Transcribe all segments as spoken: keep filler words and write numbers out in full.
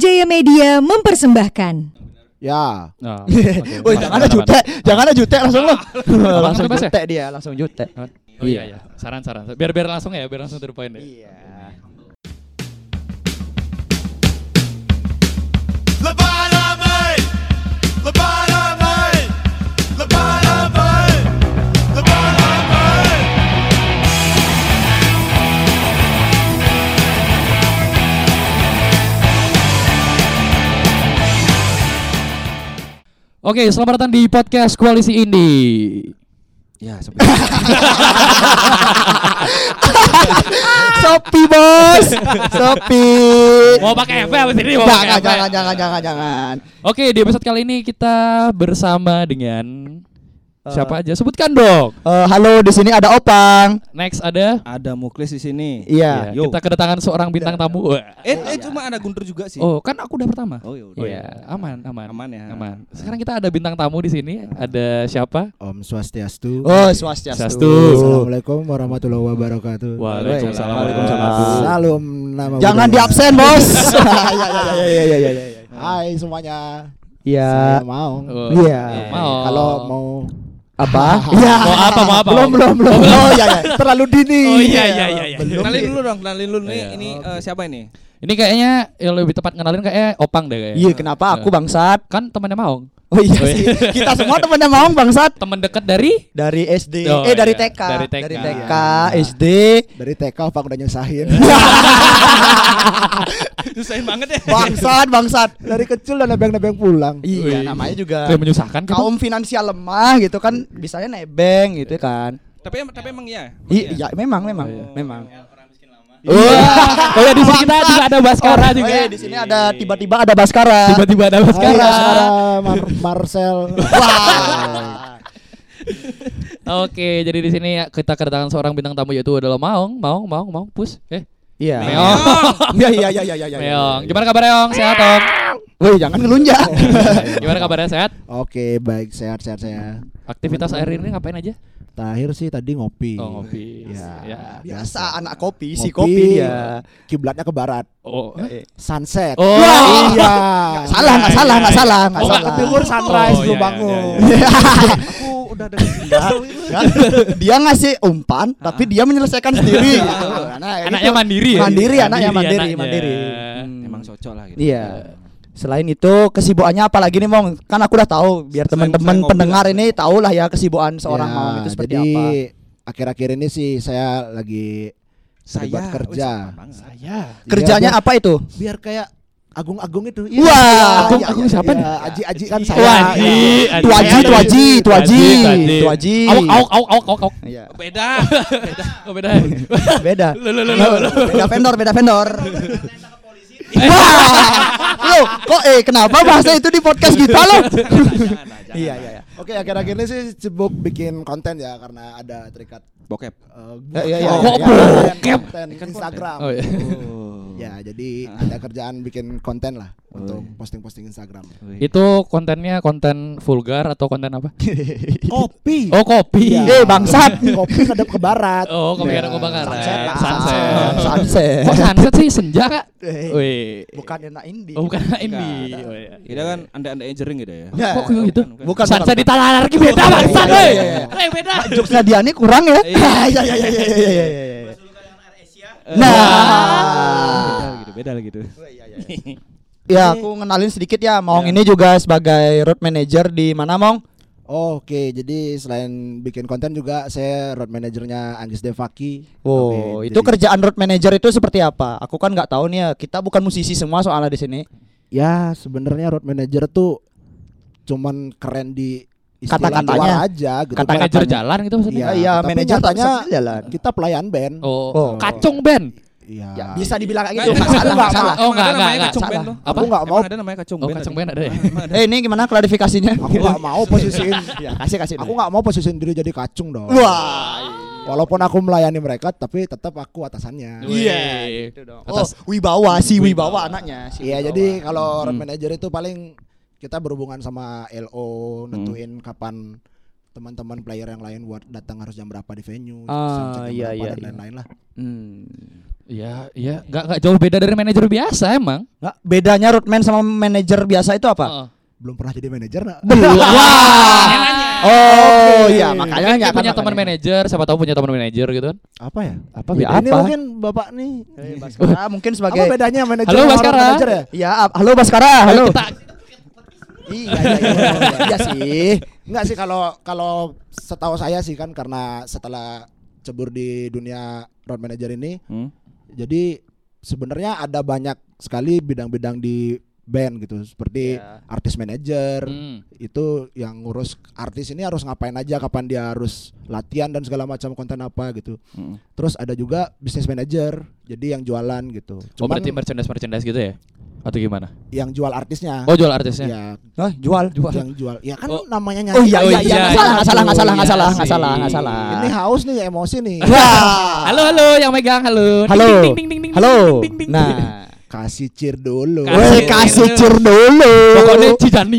Brawijaya Media mempersembahkan. Ya. Oh, okay. Woi, jangan ada jutek, jangan ada jutek langsung lo. Langsung bebas ya? jutek dia, langsung jutek. Oh iya iya. Saran-saran. Biar biar langsung ya, biar langsung to the point ya. Iya. Lebaramai, Lebaramai, Lebaramai, Lebaramai. Oke, selamat datang di podcast Koalisi Indie. Ya, Sopi. Sopi, Bos. Sopi. Mau pakai efek abis ini? Mau Jangan, pakai efek? jangan, jangan, jangan, jangan. Oke, di episode kali ini kita bersama dengan Uh, siapa aja? Sebutkan dong. Uh, halo, di sini ada Opang. Next ada Ada Muklis di sini. Iya. ya, kita kedatangan seorang bintang tamu. Wah. Eh, eh cuma ada Guntur juga sih. Oh, kan aku udah pertama. Oh, ya Oh udah. ya, aman, aman. Aman ya. Aman. Sekarang kita ada bintang tamu di sini. Ada siapa? Om Swastiastu. Oh, swastiastu. Swastiastu. Assalamualaikum warahmatullahi wabarakatuh. Waalaikumsalam. Waalaikumsalam. Salam nama Jangan budaya. di absen, Bos. Ya, ya, ya, ya, ya, ya, ya. Hai semuanya. Iya. Saya mau. Oh, Iya. Mau. Kalau mau Apa? Iya. Mau apa? Mau apa? Belum, belum, belum. Oh, iya, iya. Terlalu dini. Oh iya iya iya. iya. Kenalin dulu dong, kenalin dulu nih. Iya. Ini eh, siapa ini? Ini kayaknya yang lebih tepat kenalin kayak Opang deh kayaknya. Iya, kenapa aku bangsat? Kan temannya Maung. Oh iya Oh, iya. sih. Kita semua temannya Maung bangsat. Teman dekat dari Dari S D, Oh, eh dari iya. T K, Dari T K. dari T K, Iya. S D. dari T K Pak udah nyusahin. Susahin banget ya. Bangsat, bangsat. Dari kecil udah nebeng-nebeng pulang. Iya, Wih. namanya juga Kayak menyusahkan gitu. kaum finansial lemah gitu kan, bisanya nebeng gitu kan. Tapi tapi emang iya. I- Iya, memang, memang, Oh, iya. memang. Oh, oh ya di sini kita juga ada Baskara Oh, juga. iya, di sini ada tiba-tiba ada Baskara. Tiba-tiba ada Hai, Baskara. Baskara, Mar- Marcel. Wah. Oke, jadi di sini kita kedatangan seorang bintang tamu yaitu adalah Maung, Maung, Maung, Maung, Pus. Eh, Iya. Meong. Iya, iya, iya, iya, iya. Meong. Gimana kabarnya, Ong? Sehat, Ong? Woi, jangan ngelunjak. Gimana kabarnya, sehat? Oke, baik, sehat-sehat saya. Aktivitas akhir ini ngapain aja? Terakhir sih tadi ngopi. Oh, ngopi. Ya. Ya. Biasa anak kopi, si Ngopi, kopi dia. Kiblatnya ke barat. Oh. Eh, Sunset. Oh. Iya. Nggak salah, nggak salah, nggak salah, nggak Oh, salah. Ke timur sunrise Oh, lu iya, bangun. iya, iya. Aku udah ada. Dia ngasih umpan, tapi dia menyelesaikan sendiri. gitu. Nah, Anaknya itu. mandiri ya? Mandiri, anaknya mandiri, anaknya. mandiri. Hmm. Emang cocok lah gitu. Iya. Selain itu kesibukannya apa lagi nih Mong? Kan aku udah tahu biar Selain- teman-teman selain ngopi pendengar lah. ini tahu lah ya kesibukan seorang Ya, Mong itu seperti jadi, apa. akhir-akhir ini sih saya lagi terlibat Saya kerja. wih, sama banget. Saya. Kerjanya biar- apa itu? Biar kayak Agung-Agung itu. Wah, Agung- iya, Agung iya, siapa iya. nih? Aji-aji kan saya. Wah, Aji, Iya. Aji. Tuaji, Aji, tuaji, tuaji, Tuaji. tuaji. Awak, awak, awak, awak, awak, awak. Iya. Beda. Beda. Oh, beda. Beda. Lo, lo, lo, lo, lo. Beda vendor, beda vendor. Loh, kok eh kenapa bahasa itu di podcast kita lo? Iya, iya, iya. Oke, akhir-akhir ini sih sibuk bikin konten ya karena ada terikat Bokep. eh, Ya, iya, iya, oh, iya, ya, iya. konten Instagram. Oh, iya. Ya, jadi ada kerjaan bikin konten lah untuk posting-posting Instagram. Itu kontennya konten vulgar atau konten apa? Kopi. Oh, kopi. Iya. Eh, bangsat. Kopi kadap ke barat. Oh, kopi Ya, ada kebakaran. sunset lah. Sunset. Sunset. Kok sunset sih senja, Kak? Eh, Wih. Bukan enak indie. Oh, bukan ini. Enggak. Oh, iya. Kita kan anda-anda jering gitu ya. Ya. Kok kayak gitu? Bukan, Sunset bukan. di tanah lagi beda bangsat, Iya, weh. iya, iya. Weh, beda. Jokesnya dia nih kurang ya. Iya. Iya, iya, iya, iya, iya, iya, iya. Eh, Nah. beda gitu, beda lah gitu. Ya, aku ngenalin sedikit ya. Mong Ya. ini juga sebagai road manager di mana, Mong? Oke, jadi selain bikin konten juga saya road manajernya Anggis Devaki. Oh, Oke, itu jadi- kerjaan road manager itu seperti apa? Aku kan nggak tahu nih ya. Kita bukan musisi semua soalnya di sini. Ya, sebenarnya road manager tuh cuman keren di istilah Kata-katanya. luar aja gitu. Kata- Manajer jalan gitu maksudnya? Iya, iya, tapi manajer tak nyatanya bisa jalan. kita pelayan band. Oh, Oh. kacung band. Iya. Ya, bisa dibilang kayak Nggak, gitu. emang Nggak salah, ada- nggak salah. Oh, emang enggak, ada enggak, namanya enggak. kacung band Salah. tuh. Aku nggak mau. Emang ada namanya kacung Oh, band. kacung tadi. band ada ya? Emang ada. Eh, ini gimana klarifikasinya? Aku nggak mau posisiin. Ya, kasih kasih. Aku nggak mau posisiin diri jadi kacung dong. Wah. Walaupun aku melayani mereka, tapi tetap aku atasannya. Iya. Oh, wibawa si wibawa anaknya. Si Iya, wibawa. jadi kalau road Hmm. manager itu paling kita berhubungan sama L O, nentuin kapan teman-teman player yang lain buat datang harus jam berapa di venue, Ah, jam iya, berapa iya, dan iya. lain-lain lah. Hmm. Iya, iya, enggak enggak jauh beda dari manajer biasa emang. Nggak, bedanya roadman sama manajer biasa itu apa? Heeh. Belum pernah jadi manajer nak. Belum. Wah. Oh iya, makanya Mungkin dia nggak punya akan teman makanya. manajer, siapa tahu punya teman manajer gitu kan. Apa ya? Apa Ya, beda? Ini apa? mungkin bapak nih. Eh, Baskara mungkin sebagai Apa bedanya manajer Halo, sama Baskara. manajer ya? Iya, ap- halo Baskara, halo. Kita Iya, iya, iya, iya sih. Enggak sih kalau kalau setahu saya sih kan karena setelah cebur di dunia road manager ini, Hmm? jadi sebenarnya ada banyak sekali bidang-bidang di band gitu seperti Iya. artis manager Hmm. itu yang ngurus artis ini harus ngapain aja, kapan dia harus latihan dan segala macam konten apa gitu. Hmm. Terus ada juga business manager, jadi yang jualan gitu. Oh, Cuman berarti merchandise merchandise gitu ya? Atau gimana? yang jual artisnya. Oh, jual artisnya. Ya, Oh, jual. yang jual. Ya kan Oh. namanya Oh nyanyi. iya, Oh, iya, iya, iya, nggak salah, nggak salah, nggak salah, nggak iya salah, nggak sih. salah, nggak salah. Ini haus nih, emosi nih. Wah. Halo, halo yang megang, halo. Halo. Ding, ding, ding, ding, Halo. ding, ding, ding, ding. Nah, Kasih cheer dulu. Kasih weh kasih cir dulu. Pokoknya Cijani.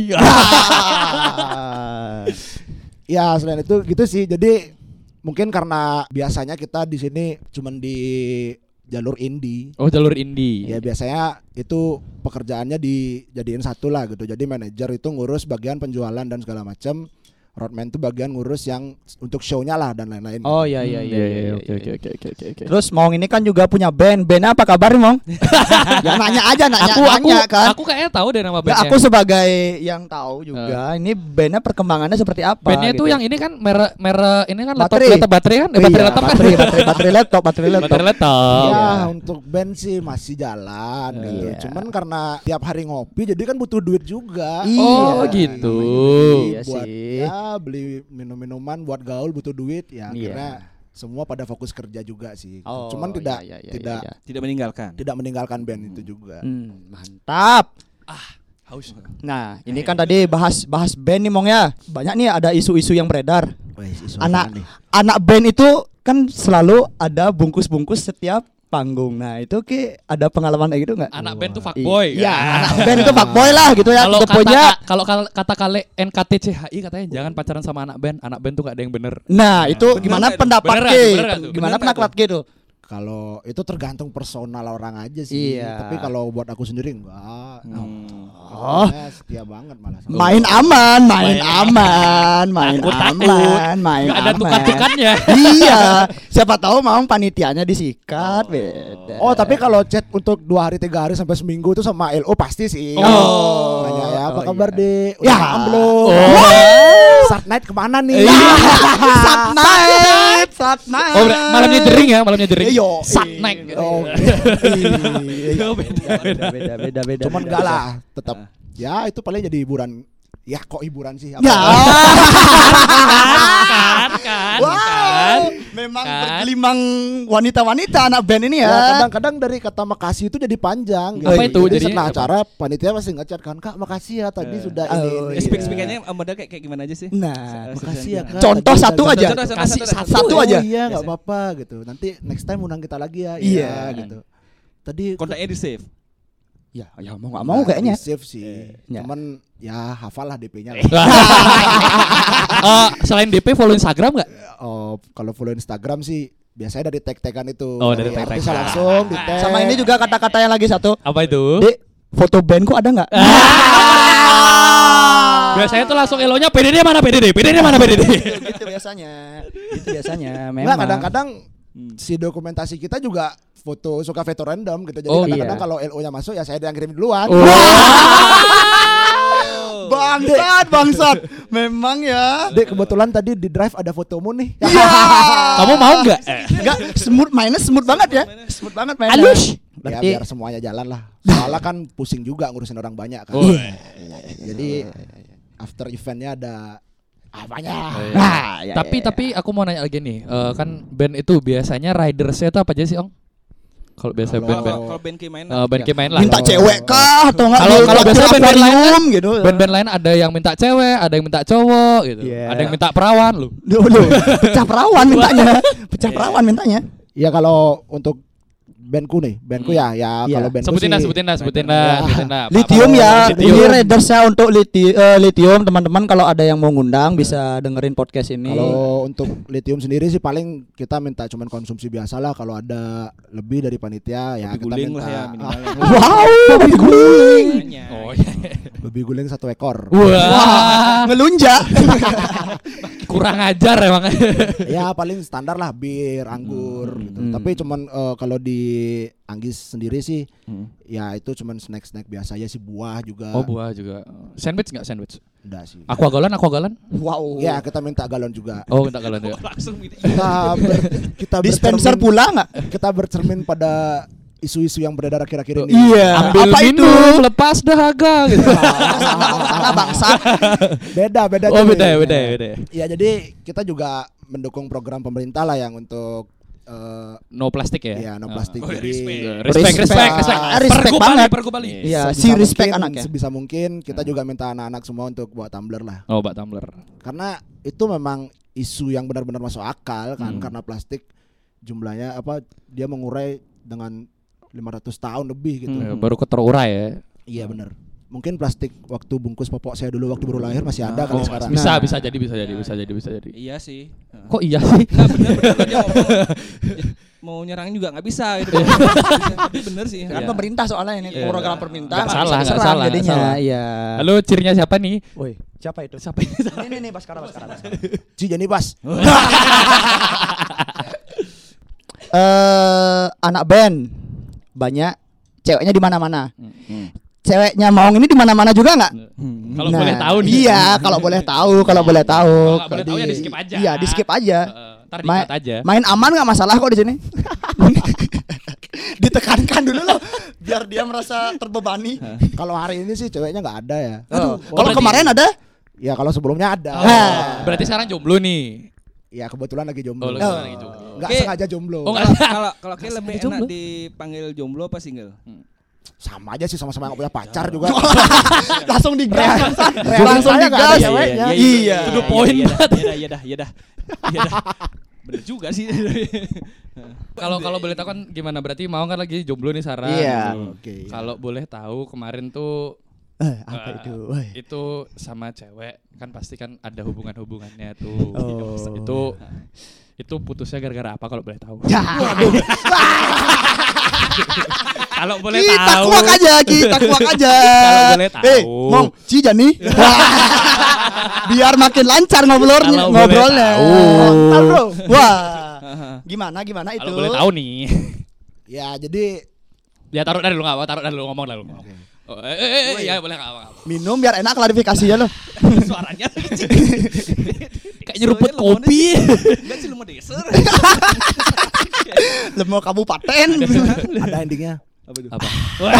Ya selain itu gitu sih. Jadi mungkin karena biasanya kita di sini cuman di jalur indie. Oh, jalur indie. Ya biasanya itu pekerjaannya dijadiin satu lah gitu. Jadi manajer itu ngurus bagian penjualan dan segala macam. Roadman itu bagian ngurus yang untuk show-nya lah dan lain-lain. Oh iya iya iya. iya, oke iya. oke oke oke oke oke. Terus Mong ini kan juga punya band. Bandnya apa kabar nih Mong? Ya nanya aja nanya aku aku nanya kan. aku kayaknya tahu deh nama Ya, bandnya. aku sebagai yang tahu juga ini bandnya perkembangannya seperti apa? Bandnya itu gitu. yang ini kan merek merek ini kan laptop Baterai. laptop baterai kan? Eh, Oh baterai iya, laptop kan? baterai, baterai, baterai laptop, baterai laptop. Baterai laptop. Ya Iya. untuk band sih masih jalan gitu. Iya. Cuman karena tiap hari ngopi jadi kan butuh duit juga. Oh, Iya. gitu. Jadi Iya buat sih. ya beli minum-minuman buat gaul butuh duit ya. Iya. Akhirnya semua pada fokus kerja juga sih. Oh, Cuman tidak iya, iya, iya, tidak iya. Tidak meninggalkan. tidak meninggalkan band itu juga. Hmm, mantap. Haus. Nah, ini kan tadi bahas bahas band nih Mong ya. Banyak nih ada isu-isu yang beredar. Wih, isu Anak apaan nih? anak band itu kan selalu ada bungkus-bungkus setiap panggung. Nah, itu Ki ada pengalaman kayak gitu enggak? Anak band tuh fuckboy. Iya, anak band itu fuckboy lah gitu ya. Kalau Itu kata punya. kalau kal- kata kale N K T C H I katanya jangan pacaran sama anak band. Anak band tuh gak ada yang bener. Nah, itu Bener gimana nggak itu? pendapat Bener Ki? nggak tuh? Bener nggak tuh? Gimana Bener pendapat Ki itu? Kalau itu tergantung personal orang aja sih. Iya. Tapi kalau buat aku sendiri enggak. Hmm. Oh. Pokoknya setia banget malah. sama- Main aman, main aman, main Takut, takut. aman, main Gak ada aman. tukan-tukannya. Iya, siapa tahu mau panitianya disikat, beda. Oh tapi kalau chat untuk dua hari tiga hari sampai seminggu itu sama L O pasti sih. Oh. Nanya ya apa Oh, kabar iya. deh? Ya. Udah makan belum? Oh. Sat night kemana nih? Sat night, sat night. Oh, ber- malamnya dering ya, malamnya dering. Iya. Sat night. Oh, Oh, beda, beda. beda, beda, beda. cuman beda. enggak lah, tetap ya itu paling jadi hiburan. Ya kok hiburan sih? Apa? Ya. Kan, kan, Wow, kan. memang Kan. bergelimang wanita-wanita anak band ini Ya, ya. kadang-kadang dari kata makasih itu jadi panjang. gitu. Apa itu? Jadi Jadi setelah apa? acara panitia pasti ngechat kan, Kak makasih ya tadi sudah ini. Oh, ini." Eh, speak Iya. speakannya model kayak kayak gimana aja sih? Nah, Makasih ya Kak. Contoh Tadi satu udah- aja. Contoh, contoh, Kasih contoh, satu contoh. Satu Oh, aja. iya nggak apa-apa gitu. Nanti next time undang kita lagi ya. Iya. gitu. Tadi Kontaknya di save. ya, ya mau nggak mau kayaknya. save sih. Ya. Cuman ya hafal lah D P-nya. Eh, selain D P follow Instagram nggak? Oh, kalau follow Instagram sih biasanya dari tag-tagan itu. Oh, dari tag-tagan. artisnya langsung di tag. Sama ini juga kata-kata yang lagi satu. Apa itu? Dek, foto bandku ada nggak? Biasanya tuh langsung elonya P D D mana P D D? P D D mana P D D? Gitu, gitu biasanya. Itu biasanya. Enggak, Memang. kadang-kadang si dokumentasi kita juga foto suka foto random gitu. Jadi Oh, kadang-kadang iya. kalau L O-nya masuk ya saya yang kirim duluan. Oh. Bangsat, bangsat. Memang ya. Dek, kebetulan tadi di drive ada fotomu nih. Iya. Kamu mau nggak? Enggak, smooth mainnya smooth banget ya. Smooth banget mainnya. Halus. Ya Berarti biar semuanya jalan lah. Soalnya kan pusing juga ngurusin orang banyak kan. Oh, iya. Jadi after eventnya ada apanya? Nah, ya, tapi ya, tapi aku mau nanya lagi nih, eh, kan band itu biasanya ridersnya itu apa aja sih, Ong? Kalau biasa Kalau- band-band Kalau kalau band K main eh, band Ya. K main lah. minta Kalau- cewek kah atau enggak? Kalau- kalau biasanya band-band lain kan, gitu. Band-band lain ada yang minta cewek, ada yang minta cowok gitu. Iya. Ada yang minta perawan lu. Dulu pecah perawan mintanya. Pecah perawan mintanya. Ya kalau untuk bandku nih, bandku ya, ya Iya. kalau bandku Sebutin sih. dah, sebutin dah, sebutin dah, Ya. sebutin dah. Apa- Lithium apa- ya, Lithium. ini Raidersnya untuk liti, eh, Lithium teman-teman kalau ada yang mau ngundang bisa dengerin podcast ini. Kalau untuk Lithium sendiri sih paling kita minta cuman konsumsi biasa lah. Kalau ada lebih dari panitia ya Babi kita guling minta lah ya minimal. Wow, babi guling. Makanya. Oh iya. babi guling satu ekor. Wah, Ngelunjak. kurang ajar emang. Ya paling standar lah bir, anggur gitu. Hmm. Tapi cuman eh, kalau di Anggis sendiri sih Hmm. ya itu cuman snack-snack biasa aja sih, buah juga. Oh buah juga. Sandwich nggak sandwich? Enggak sih. Aqua galon, aqua galon? Wow. Ya kita minta galon juga. Oh minta galon juga. Langsung gitu. Kita ber, kita Dispenser bercermin- pula nggak? Kita bercermin pada isu-isu yang beredar akhir-akhir ini. Iya. Ambil Apa minum, itu? lepas dahaga gitu. Salah bangsa. Beda, beda. Oh cuy. beda ya, beda ya, beda ya. Ya jadi kita juga mendukung program pemerintah lah yang untuk eh, No plastik ya? ya no plastik. Oh, Jadi respect. Respect, respect, respect. Ah, respect Pergu banget. Bali, pergu Bali. Iya, sebisa si respect mungkin- anaknya. Sebisa mungkin kita juga minta anak-anak semua untuk bawa tumbler lah. Oh, Mbak Tumbler. Karena itu memang isu yang benar-benar masuk akal kan, Hmm. karena plastik jumlahnya apa dia mengurai dengan lima ratus tahun lebih gitu. Ya, baru keterurai ya. Iya benar. Mungkin plastik waktu bungkus popok saya dulu waktu baru lahir masih ada kali Oh, sekarang. bisa, Nah. bisa jadi, bisa jadi, bisa jadi, bisa jadi. Iya sih. Kok iya sih? Nah, bener bener dia ngomong. Mau nyerang juga nggak bisa gitu. Tapi bener sih. Kan Iya. pemerintah soalnya ini Iya. program pemerintah. Nggak nggak salah, bisa nggak diserang salah, nggak jadinya. salah. Iya. Halo, cirinya siapa nih? Woi, siapa itu? Siapa ini? Ini nih nih Baskara Baskara. Baskara. Ci jadi pas. Eh, anak band banyak, ceweknya di mana-mana. Ceweknya Maung ini di mana-mana juga nggak? Kalau Nah, boleh tahu nih. Iya, kalau boleh tahu, kalau boleh tahu. Kalau nggak boleh tahu ya Di- di skip aja. Iya, di skip aja. Heeh, ntar Ma- dikat aja. Main aman nggak masalah kok di sini. Ditekankan dulu loh, biar dia merasa terbebani. Kalau hari ini sih ceweknya nggak ada ya. Oh, Oh, kalau berarti- kemarin ada? Ya kalau sebelumnya ada. Oh, Ah. berarti sekarang jomblo nih. Ya kebetulan lagi Oh, jomblo. lu sekarang lagi jomblo. Nggak Oke. sengaja jomblo. Oh, nggak. Kalau kalau kalau kayak lebih Jomblo. enak dipanggil jomblo apa single? Sama aja sih, sama-sama nggak punya pacar juga. Langsung digas. Reaksi Langsung saya nggak ada digas. ceweknya. Iya. To the point Iya banget. dah, iya dah, iya dah, iya dah. Iya dah. Bener juga sih. Kalau kalau boleh tahu kan gimana? Berarti mau kan lagi jomblo nih Sarah. Iya. Oke. Kalau boleh tahu kemarin tuh Eh, apa eh, itu? Woi. itu sama cewek kan pasti kan ada hubungan-hubungannya tuh. Oh. Itu itu putusnya gara-gara apa kalau boleh tahu? Ya, Kalau boleh kita tahu. kuak aja, kita kuak aja. Kalau boleh tahu. Eh, Mong, Ci Jani. Biar makin lancar ngobrolnya, Kalau boleh ngobrolnya. tahu. Ntar, bro. Wah. Gimana gimana itu? Kalau boleh tahu nih. Ya jadi Ya taruh dah dulu enggak apa, taruh dah dulu ngomong dah dulu. Oh, eh, eh, eh, eh, ya boleh enggak apa-apa. Minum biar enak klarifikasinya loh. Suaranya kecil. Kayak nyeruput kopi. Enggak sih lu mau deser. Lemo kabupaten. ada endingnya. Apa itu? Apa?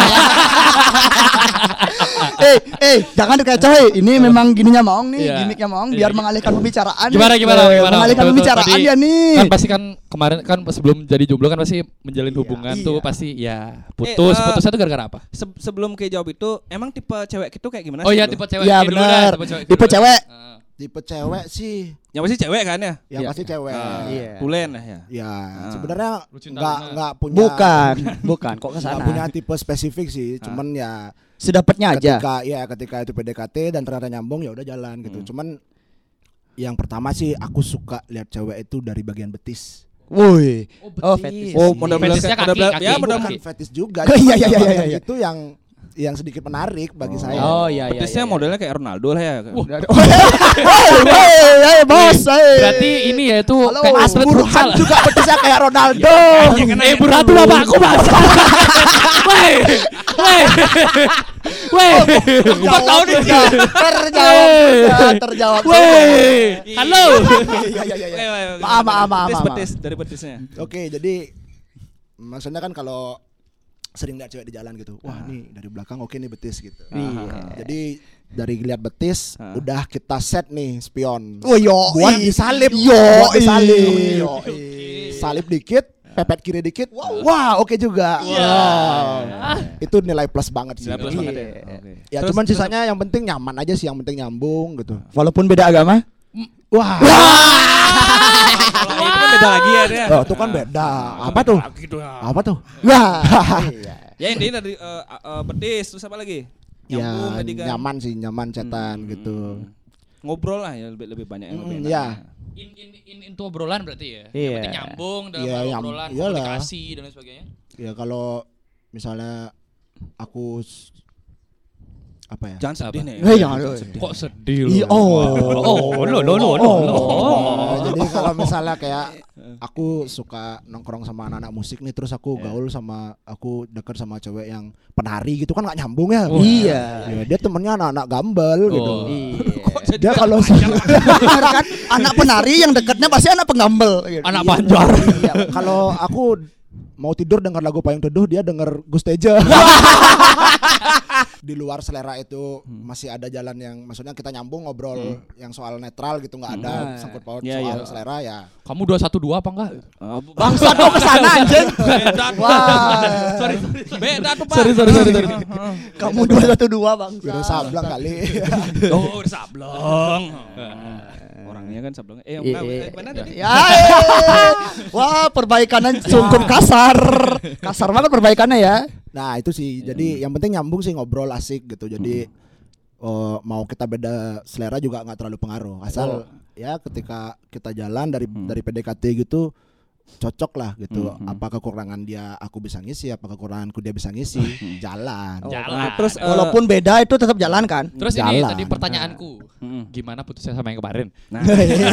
eh, eh, jangan dikecoh. Ini memang gininya Maong nih, Iya. gimmicknya Maong Iya, biar iya. mengalihkan pembicaraan. Gimana nih. gimana Eh, gimana? Mengalihkan Betul, pembicaraan tadi ya nih. Kan pasti kan kemarin kan sebelum jadi jomblo kan pasti menjalin hubungan iya. tuh pasti ya putus. Eh, uh, Putusnya tuh gara-gara apa? Se- sebelum ke jawab itu, emang tipe cewek itu kayak gimana Oh sih iya lu? tipe cewek. Iya Ini dulu dah, benar. cewek Tipe dulu. cewek. Heeh. Tipe cewek sih Yang pasti cewek kan ya? yang Iya. pasti cewek. Iya. Tulen lah ya. Ya sebenarnya Lu cinta nggak Luna. nggak punya Bukan, bukan kok ke nggak sana. punya tipe spesifik sih. Cuman ya Sedapatnya aja. ketika ya ketika itu P D K T dan ternyata nyambung ya udah jalan gitu. Hmm. Cuman yang pertama sih aku suka lihat cewek itu dari bagian betis. Woi. Oh, betis. fetis. Oh, model-model Fetisnya kayak- kaki, model- kaki. ya, Bukan model- fetis juga. Oh, iya, cuman iya, iya, yang iya, iya. Itu yang yang sedikit menarik bagi saya. Oh iya iya. Petisnya iya. modelnya kayak Ronaldo lah ya. Woi, woi, woi, bos. woi. Berarti ini ya itu Halo, kayak Mas atlet Burhan futsal. juga betisnya kayak Ronaldo. Eh Burhan tuh bapakku bangsa. Woi. Woi. Woi. Gua tahu nih. Terjawab, sudah, terjawab. Woi. Halo. Iya iya iya. Eh, eh, eh, Maaf, maaf, maaf, Petis, maaf. petis dari petisnya. Oke, jadi maksudnya kan kalau sering lihat cewek di jalan gitu, wah nih dari belakang oke nih betis gitu. Iya. Jadi dari lihat betis, Ah. udah kita set nih spion. Oh yo. Buat disalip, Yo. buat disalip. Yo. Salip dikit, pepet kiri dikit. Wah, oke juga. Wow. Itu nilai plus banget sih. Nilai plus Iya. banget ya. Oke. Ya Terus- cuman terus- sisanya yang penting nyaman aja sih, yang penting nyambung gitu. Walaupun beda agama. Wah. Kalau itu kan beda lagi ya dia. Oh, itu kan beda. Apa tuh? Gitu ya. Apa tuh? Wah. Iya. Ya intinya dari uh, uh, betis terus apa lagi? Nyambung Ya tadi kan. nyaman sih, nyaman cetan Hmm. gitu. Ngobrol lah ya lebih lebih banyak yang Mm, lebih mm, enak. ya. In, in, in, itu obrolan berarti ya. Iya. Yang penting nyambung dalam Iya, hal nyam- obrolan, iyalah. komunikasi dan lain sebagainya. Ya kalau misalnya aku s- apa ya? Jangan sedih Apa? nih. Eh, jangan, Jangan eh. sedih. Kok sedih Iya, lu? oh. Oh, lo lo lo lo. Oh, jadi kalau misalnya kayak aku suka nongkrong sama anak-anak musik nih, terus aku gaul sama aku dekat sama cewek yang penari gitu kan nggak nyambung ya. Iya. Ya, dia temennya anak-anak gambal gitu. Oh. Iya. Dia kalau Bener kan? Anak penari yang dekatnya pasti anak penggambel. gitu. Anak Iya. Banjar. Iya, kalau aku mau tidur dengar lagu Payung Teduh, dia denger Gus Teja. Di luar selera itu masih ada jalan yang maksudnya kita nyambung ngobrol yang soal netral gitu, nggak ada Hmm. sangkut paut Iya, soal iya. selera ya. Kamu dua satu dua apa enggak? Bangsa tuh kesana anjing. Beda tuh. Wah. Sorry. Beda tuh, Pak. Sorry, sorry, sorry, sorry. Kamu dua satu dua bangsa. Kira sableng kali. Oh, udah sableng. Orangnya kan sableng. Eh, Iya, enggak, iya. mana tadi? Ya, eh. Wah, perbaikannya cukup kasar. Kasar banget perbaikannya ya. Nah itu sih, jadi yang penting nyambung sih, ngobrol asik gitu. Jadi eh, mau kita beda selera juga nggak terlalu pengaruh. Asal ya ketika kita jalan dari dari P D K T gitu cocok lah gitu. Apa kekurangan dia aku bisa ngisi, apa kekuranganku dia bisa ngisi, jalan. Jalan. Terus eh, Walaupun beda itu tetap jalan kan. Terus ini Jalan. tadi pertanyaanku. Mm. Gimana putusnya sama yang kemarin? Nah,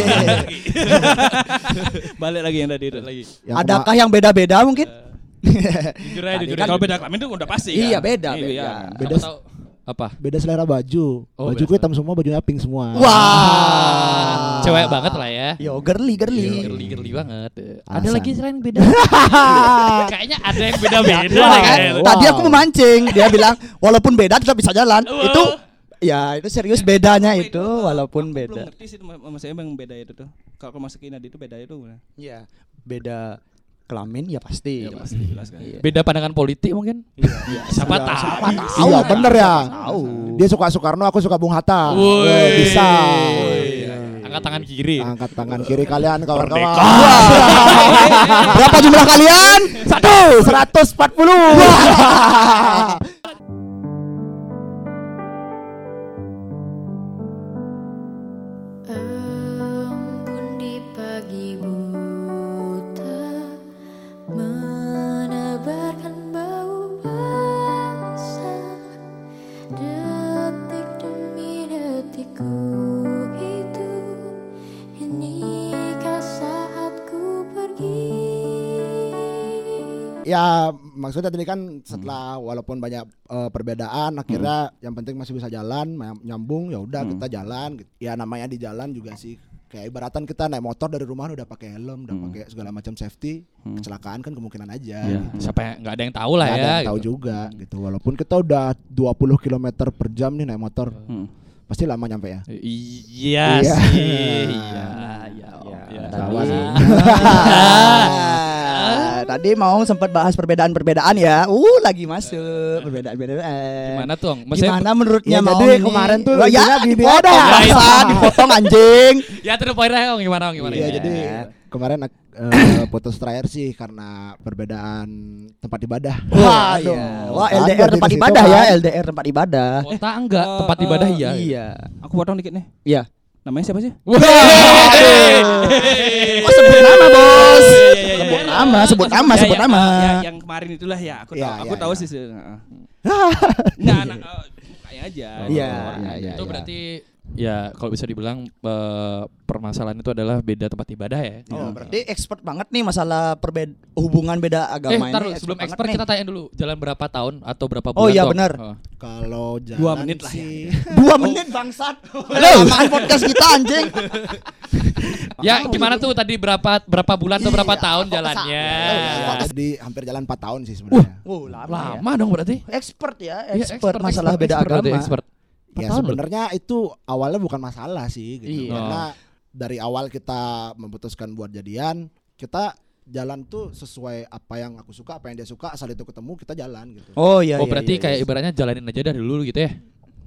balik lagi yang tadi itu lagi. Yang Adakah yang beda-beda mungkin? Jujur aja, Tadi jujur kan- aja. Kalau beda kelamin itu udah pasti Iya, kan? beda, Iya, beda. iya. Beda. Siapa tahu apa? beda selera baju. Oh, Bajuku beda. hitam semua, bajunya pink semua. Wah. Cewek banget lah ya. Yo, girly girly. Girly girly banget. Ada Alasan. lagi selain yang beda? Kayaknya ada yang beda-beda. Wah, deh kan? kayaknya. Tadi aku memancing, dia bilang walaupun beda tetap bisa jalan. Itu ya itu serius bedanya Apa itu eh, walaupun aku beda. Belum ngerti sih maksudnya yang beda itu tuh. Kalau aku masukin tadi itu beda itu gimana? Iya, beda kelamin ya pasti. Ya pasti jelas kan. Iya. Beda pandangan politik mungkin? Iya, Siapa iya, tahu. siapa tahu. Iya bener ya. Tahu. Dia suka Soekarno, aku suka Bung Hatta. Woi. Woi, bisa. Angkat tangan kiri. Angkat tangan kiri kalian kawan-kawan. Merdeka. Wah. Berapa jumlah kalian? Satu, seratus empat puluh. Embun di pagi buta menebarkan bau basah, detik demi detikku hidup, inikah saatku pergi. Ya maksudnya tadi kan setelah walaupun banyak eh, perbedaan, akhirnya yang penting masih bisa jalan, ny- nyambung, ya udah kita jalan. Gitu. Ya namanya di jalan juga sih. Kayak ibaratan kita naik motor dari rumah udah pakai helm, udah pakai segala macam safety, kecelakaan kan kemungkinan aja. Iya. Gitu. Siapa yang nggak ada yang tahu lah Nggak ya. ada yang tahu gitu. juga gitu. Walaupun kita udah dua puluh kilometer per jam nih naik motor, Hmm. pasti lama nyampe ya. Iya Iya. sih. Iya. Iya. Ya, Iya. Tawa sih. Ah, tadi mau sempat bahas perbedaan-perbedaan ya. Uh, lagi masuk perbedaan-perbedaan. Gimana tuh? Ong? Maksudnya- Gimana menurutnya Ya, mau jadi nih? kemarin tuh Wah, ya intinya gini dipotong, ada. bangsa, dipotong anjing. Ya terus poinnya Ong, gimana Ong, gimana? Iya, Iya. jadi kemarin eh, putus terakhir sih karena perbedaan tempat ibadah. Wah, Aduh. iya. Wah, Kan L D R jadi tempat di situ ibadah ya, kan. L D R tempat ibadah. Kota enggak, Eh, tempat eh, ibadah iya. Iya. Aku potong dikit nih. Iya. Namanya siapa sih? Oh, sebut nama, Bos. Iya, iya, iya, Sebut iya. nama, sebut Ya, nama, ya, sebut ya, nama. ya, yang kemarin itulah ya. Aku Ya, tahu. Aku ya, tahu ya. sih. sih. Heeh. Nah, nah, eh, mukanya aja. Iya, iya, iya. Itu berarti ya kalau bisa dibilang eh, permasalahan itu adalah beda tempat ibadah ya. Oh, berarti expert banget nih masalah perbeda hubungan beda Eh, agama ntar ini. dulu, sebelum banget expert nih. kita tanya dulu jalan berapa tahun atau berapa bulan? Oh, iya, Ong? benar. Oh. Kalau jalan Dua menit lah sih. Dua menit bangsat. Lamaan podcast kita anjing. Ya gimana tuh tadi berapa berapa bulan atau berapa Iya, tahun kok jalannya? Ya, jadi hampir jalan empat tahun sih sebenarnya. Wow, lama, ya. Lama dong berarti. Expert ya, Iya, expert, masalah expert, beda expert berarti, agama. expert. Ya tahun loh. sebenarnya itu awalnya bukan masalah sih gitu. Iya. Karena dari awal kita memutuskan buat jadian, kita jalan tuh sesuai apa yang aku suka, apa yang dia suka, asal itu ketemu kita jalan gitu. Oh iya. Oh iya, berarti iya, kayak iya. ibaratnya jalanin aja dari dulu gitu ya?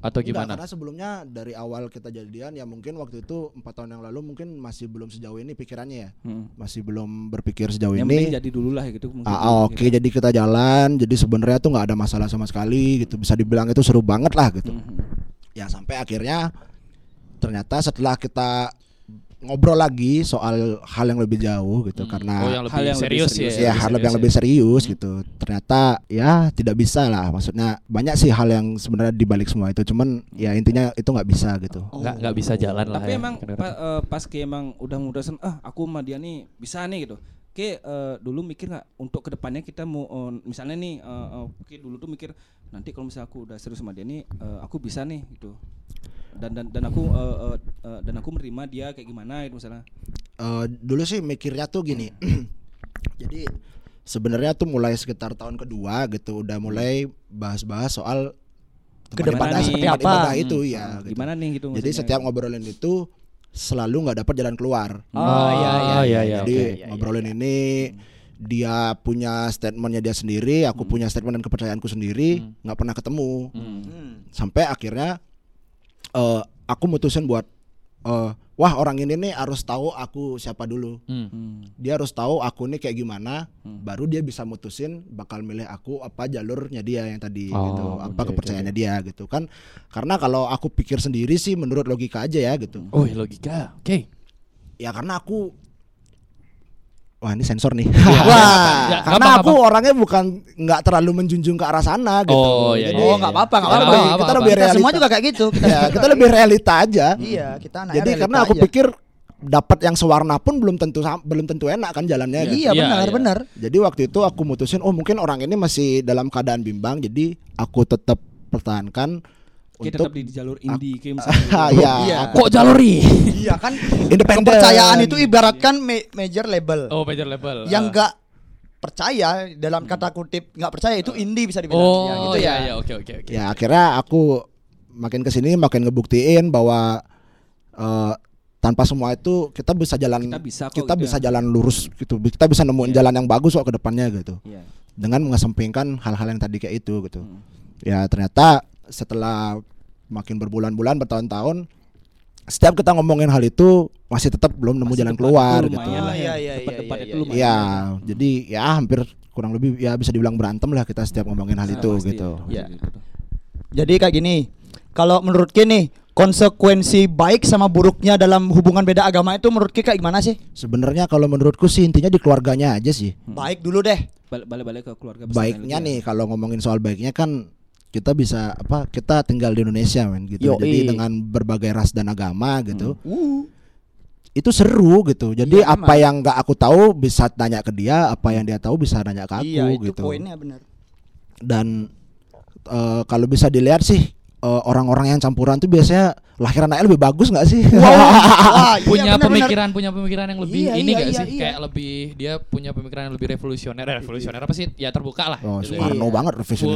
atau Enggak, gimana? karena sebelumnya dari awal kita jadian ya mungkin waktu itu empat tahun yang lalu mungkin masih belum sejauh ini pikirannya ya. Hmm. Masih belum berpikir sejauh Yang ini. penting jadi dulu lah gitu. mungkin Ah, dulu oke gitu. jadi kita jalan, jadi sebenarnya tuh nggak ada masalah sama sekali gitu, bisa dibilang itu seru banget lah gitu. Mhm. Ya sampai akhirnya ternyata setelah kita ngobrol lagi soal hal yang lebih jauh gitu, Hmm. karena Oh, yang lebih hal yang lebih serius serius. ya. ya hal yang lebih serius gitu, ternyata ya tidak bisa lah, maksudnya banyak sih hal yang sebenarnya dibalik semua itu, cuman ya intinya itu nggak bisa gitu. Nggak nggak bisa jalan lah. Tapi ya. emang pa- eh, pas kayak emang udah mudahan ah aku sama dia nih bisa nih gitu. Oke eh, dulu mikir nggak untuk kedepannya kita mau eh, misalnya nih eh, eh, oke dulu tuh mikir nanti kalau misalnya aku udah serius sama dia nih eh, aku bisa nih gitu. Dan dan dan aku eh, eh, eh, dan aku menerima dia kayak gimana gitu misalnya. Eh, dulu sih mikirnya tuh gini. Jadi sebenarnya tuh mulai sekitar tahun kedua gitu udah mulai bahas-bahas soal tempat Kedepannya ibadah, nih, tempat apa? ibadah itu Hmm. ya. Ah, gitu. gimana nih gitu Jadi maksudnya. setiap ngobrolin itu selalu nggak dapat jalan keluar. Oh, iya, iya, iya, iya, Jadi oke. iya, ngobrolin ini dia punya statementnya dia sendiri, aku punya statement dan kepercayaanku sendiri, nggak pernah ketemu. Hmm. Sampai akhirnya eh, aku mutusin buat eh, wah orang ini nih harus tahu aku siapa dulu. Hmm. Hmm. Dia harus tahu aku nih kayak gimana, Hmm. baru dia bisa mutusin bakal milih aku apa jalurnya dia yang tadi Oh, gitu, apa oke, kepercayaannya dia gitu kan. Karena kalau aku pikir sendiri sih menurut logika aja ya gitu. Oh, logika. Oke. Ya karena aku wah ini sensor nih. Wah, ya, Karena gampang, aku orangnya bukan nggak terlalu menjunjung ke arah sana gitu. Oh, iya, Jadi iya, Oh, nggak apa-apa, nggak kita apa-apa. lebih- Apa, kita apa, lebih Kita realita. semua juga kayak gitu. Kita, Ya, kita lebih realita aja. Iya, kita anaknya Jadi realita karena aku aja. pikir dapat yang sewarna pun belum tentu sam- belum tentu enak kan jalannya. gitu. Iya, Iya, benar, iya. benar. Jadi waktu itu aku mutusin oh mungkin orang ini masih dalam keadaan bimbang, jadi aku tetap pertahankan Kayak untuk tetap di jalur indie kayak misalnya. Ah, iya, Iya. aku Kok jaluri? Iya kan, independen. kepercayaan itu ibaratkan ma- major label. Oh, major level. Yang Ah. enggak percaya dalam kata kutip nggak percaya itu indie bisa dibilang. Oh, Ya, gitu iya, ya. iya, oke, oke, oke. Ya akhirnya aku makin kesini makin ngebuktiin bahwa eh, tanpa semua itu kita bisa jalan Kita bisa kok kita gitu bisa ya. jalan lurus gitu, kita bisa nemuin Iya. jalan yang bagus kok ke depannya gitu, Iya. dengan mengesampingkan hal-hal yang tadi kayak itu gitu. Hmm. Ya ternyata setelah makin berbulan-bulan bertahun-tahun setiap kita ngomongin hal itu masih tetap belum nemu Masih jalan debat keluar itu gitu. lumayan lah Oh, iya, ya. iya, Debat-debat iya, itu iya, lumayan. Iya, jadi ya hampir kurang lebih ya bisa dibilang berantem lah kita setiap ngomongin hal Ah, itu pasti gitu. Iya. ya, pasti gitu. Jadi kayak gini, kalau menurut Ki nih, konsekuensi baik sama buruknya dalam hubungan beda agama itu menurut Ki kayak gimana sih? Sebenarnya kalau menurutku sih intinya di keluarganya aja sih. Baik dulu deh. Bal- Balik-balik ke keluarga besar Baiknya itu ya. nih kalau ngomongin soal baiknya kan kita bisa apa kita tinggal di Indonesia men gitu. Yoi. Jadi dengan berbagai ras dan agama gitu. Uh. Itu seru gitu. Jadi Iya, apa emang. yang nggak aku tahu bisa tanya ke dia, apa yang dia tahu bisa nanya ke aku Iya, itu gitu. poinnya benar. Dan eh, kalau bisa dilihat sih eh, orang-orang yang campuran tuh biasanya lahiran anaknya lebih bagus nggak sih? Wah, iya, Punya benar, pemikiran, punya pemikiran yang lebih Iya, ini iya, gak iya, sih? iya. Kayak lebih dia punya pemikiran yang lebih revolusioner. Eh, revolusioner apa sih? Ya terbuka lah. Oh, gitu. Soekarno Iya. banget revisioner.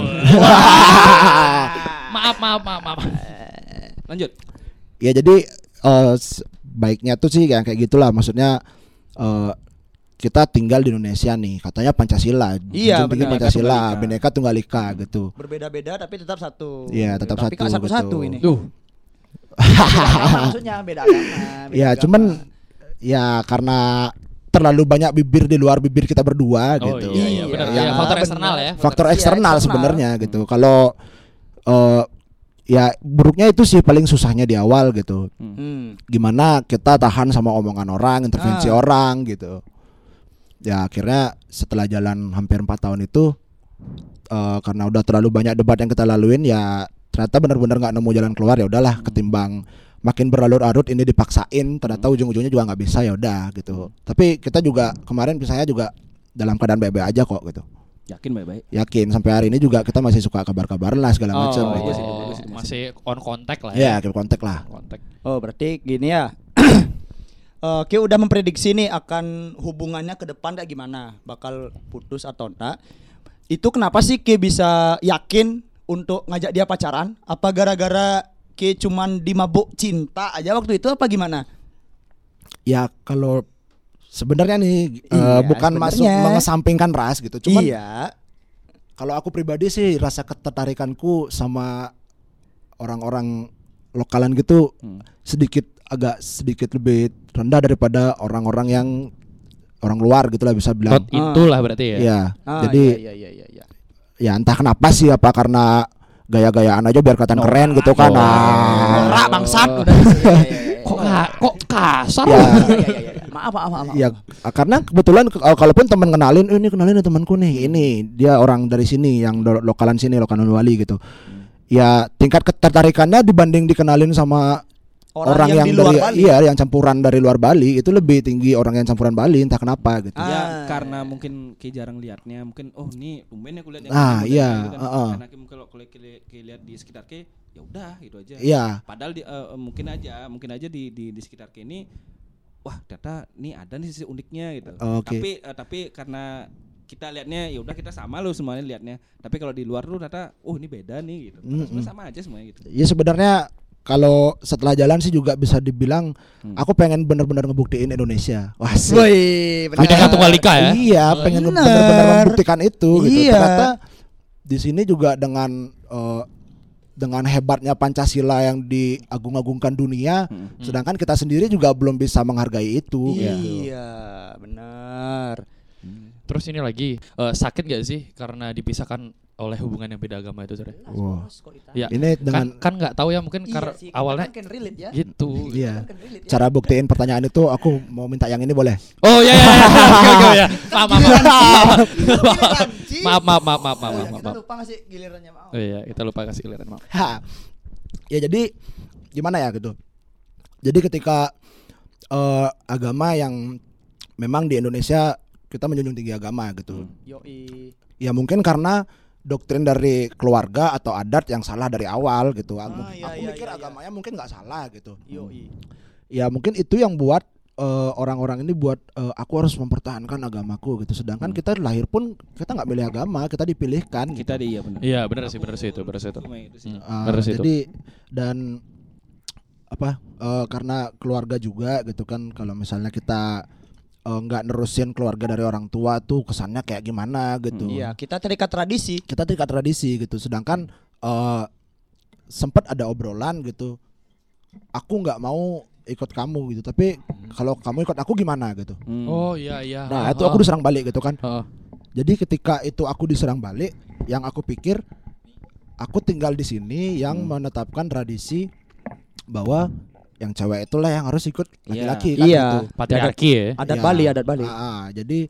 Maaf, maaf, maaf, maaf. Lanjut. Ya jadi eh, s- baiknya tuh sih yang kayak gitulah, maksudnya eh, kita tinggal di Indonesia nih, katanya Pancasila, Iya, junjung tinggi benar. Pancasila, Bineka Bhinneka Tunggal Ika gitu. Berbeda-beda tapi tetap satu. Iya, tetap tapi satu, Tapi satu-satu gitu. ini. Duh, Beda agama maksudnya beda agama. beda Ya agama. cuman ya karena terlalu banyak bibir di luar bibir kita berdua oh gitu. iya, iya, benar. Yang Iya, faktor benar. eksternal ya. faktor Iya, eksternal eksternal. sebenarnya gitu. Kalau eh, ya buruknya itu sih paling susahnya di awal gitu. Hmm. Gimana kita tahan sama omongan orang, intervensi Ah. orang gitu. Ya akhirnya setelah jalan hampir empat tahun itu eh, karena udah terlalu banyak debat yang kita laluin ya ternyata benar-benar nggak nemu jalan keluar, ya udahlah ketimbang makin berlarut-larut ini dipaksain ternyata ujung-ujungnya juga nggak bisa, ya udah gitu. Tapi kita juga kemarin misalnya juga dalam keadaan baik-baik aja kok gitu. Yakin baik-baik. Yakin sampai hari ini juga kita masih suka kabar-kabaran lah segala Oh, macam iya, gitu. sih, Oh, bagus itu, masih on kontak lah Ya, ya. kita kontak lah. Kontak. Oh, berarti gini ya. Eh, Ki udah memprediksi nih akan hubungannya ke depan kayak gimana, bakal putus atau enggak. Itu kenapa sih Ki bisa yakin untuk ngajak dia pacaran? Apa gara-gara Ki cuman dimabuk cinta aja waktu itu apa gimana? Ya kalau sebenarnya nih eh, Iya, bukan masuk sebenarnya. mengesampingkan ras gitu. Cuman iya. kalau aku pribadi sih rasa ketertarikanku sama orang-orang lokalan gitu Hmm. sedikit agak sedikit lebih rendah daripada orang-orang yang orang luar gitu lah bisa bilang. Not into lah berarti ya. Iya. Ah, Jadi iya, iya, iya, iya. ya entah kenapa sih, apa karena gaya-gayaan aja biar kelihatan keren gitu kan. Oh. Nah, Norak bangsat udah. Iya, iya, iya. Kok ka- kok kasar? ya, Iya, iya, iya. Maaf, maaf, maaf. maaf. ya karena kebetulan ke- kalaupun teman kenalin, "Eh, ini kenalin temanku nih, ini dia orang dari sini yang do- lokalan sini, lokalan Bali gitu." Ya tingkat ketertarikannya dibanding dikenalin sama orang, yang, di luar dari Bali. iya yang campuran dari luar Bali itu lebih tinggi orang yang campuran Bali, entah kenapa gitu. Ah. Ya karena mungkin Ki jarang lihatnya, mungkin oh ini tumben aku lihat yang Ah, model iya, gitu kan. heeh. Karena Ki mungkin kalau kalau Ki li- Ki lihat di sekitar Ki ya udah gitu aja. Iya. Padahal di, eh, eh, mungkin aja mungkin aja di di, di sekitar Ki ini wah ternyata nih ada nih sisi uniknya gitu. Oke. Tapi eh, tapi karena kita lihatnya ya udah kita sama loh semuanya lihatnya. Tapi kalau di luar tuh ternyata oh ini beda nih gitu. Padahal Mm-mm. sebenarnya sama aja semuanya gitu. Ya sebenarnya kalau setelah jalan sih juga bisa dibilang Hmm. aku pengen benar-benar ngebuktiin Indonesia. Wah sih. Woi, benar. Bineka Tunggal Ika ya. Iya, pengen Benar. benar-benar membuktikan itu gitu. Iya. Ternyata di sini juga dengan eh, dengan hebatnya Pancasila yang diagung-agungkan dunia, Hmm. sedangkan kita sendiri juga belum bisa menghargai itu. Iya, gitu. benar. Terus ini lagi eh, sakit gak sih karena dipisahkan oleh hubungan yang beda agama itu, Sore? Wah. Ya, Ini kan dengan kan nggak tahu ya mungkin Iya karena sih, kita awalnya kan can relate ya. gitu. iya. Kan can relate ya. Cara buktiin pertanyaan itu aku mau minta yang ini boleh? Oh iya iya. iya. Oke, oke, ya. Maaf maaf maaf. Giliran, Ci. Maaf maaf maaf maaf maaf Iya, maaf. kita maaf. lupa ngasih gilirannya mau. Oh iya, kita lupa kasih giliran maaf. Ha. Ya jadi gimana ya gitu. Jadi ketika eh, agama yang memang di Indonesia kita menjunjung tinggi agama gitu. Yoi. Ya mungkin karena doktrin dari keluarga atau adat yang salah dari awal gitu. Aku, Ah, iya, aku iya, mikir iya, iya. agamanya mungkin nggak salah gitu. Yoi. Ya mungkin itu yang buat eh, orang-orang ini buat eh, aku harus mempertahankan agamaku gitu. Sedangkan kita lahir pun kita nggak milih agama, kita dipilihkan. Gitu. Kita di iya benar. Iya, benar sih, benar sih itu, benar sih itu. Cuma itu sih. Ah, Bener sih itu. jadi dan apa eh, karena keluarga juga gitu kan, kalau misalnya kita eh, nggak nerusin keluarga dari orang tua tuh kesannya kayak gimana gitu. Iya, kita terikat tradisi. Kita terikat tradisi gitu. Sedangkan eh, sempat ada obrolan gitu. Aku nggak mau ikut kamu gitu, tapi kalau kamu ikut aku gimana gitu. Hmm. Oh iya iya. Nah itu aku diserang balik gitu kan. Heeh. Jadi ketika itu aku diserang balik, yang aku pikir aku tinggal di sini yang menetapkan tradisi bahwa yang cewek itulah yang harus ikut laki-laki kan Iya. gitu. Patriarki ya. Adat Ya. Bali, adat Bali. Ah, ah, jadi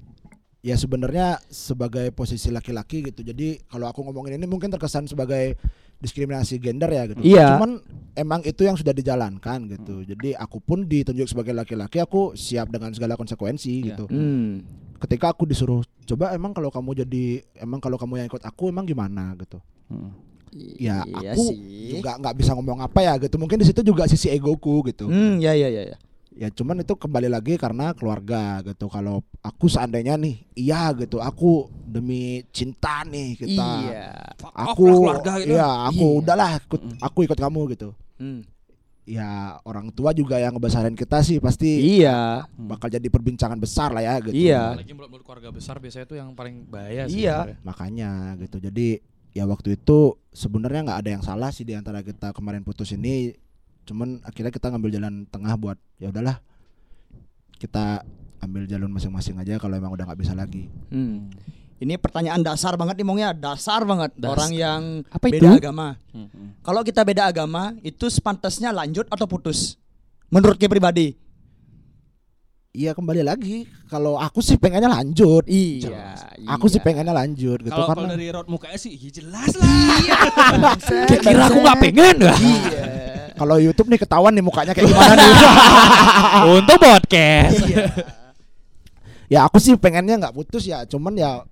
ya sebenarnya sebagai posisi laki-laki gitu. Jadi kalau aku ngomongin ini mungkin terkesan sebagai diskriminasi gender ya gitu. Iya. Cuman emang itu yang sudah dijalankan gitu. Jadi aku pun ditunjuk sebagai laki-laki, aku siap dengan segala konsekuensi Iya. gitu. Hmm. Ketika aku disuruh coba emang kalau kamu jadi emang kalau kamu yang ikut aku emang gimana gitu. Hmm. Ya Iya aku sih. juga nggak bisa ngomong apa ya gitu. Mungkin di situ juga sisi egoku gitu. Hmm, ya ya ya ya. Ya cuman itu kembali lagi karena keluarga gitu. Kalau aku seandainya nih, iya gitu. Aku demi cinta nih kita. Iya. Aku Off lah keluarga gitu. iya, aku Iya. udahlah ikut, aku ikut kamu gitu. Hmm. Ya orang tua juga yang ngebesarin kita sih pasti Iya. bakal jadi perbincangan besar lah ya gitu. Iya. Apalagi mulut-mulut keluarga besar biasanya itu yang paling bahaya sih. Iya. sebenarnya. Makanya gitu. Jadi ya waktu itu sebenarnya nggak ada yang salah sih di antara kita kemarin putus ini. Cuman akhirnya kita ngambil jalan tengah buat ya udahlah kita ambil jalur masing-masing aja kalau emang udah nggak bisa lagi. Hmm. Ini pertanyaan dasar banget nih Mongnya, dasar banget. Das- Orang yang Apa beda itu? agama. Hmm. Kalau kita beda agama, itu sepantasnya lanjut atau putus? Menurut Ki pribadi? Iya kembali lagi kalau aku sih pengennya lanjut. Iya. Aku sih pengennya lanjut gitu Kalau kalau karena dari raut mukanya sih iya jelas lah. Kira aku nggak pengen nggak? Iya. kalau YouTube nih ketahuan nih mukanya kayak gimana nih. Untuk podcast. Ya aku sih pengennya nggak putus ya, cuman ya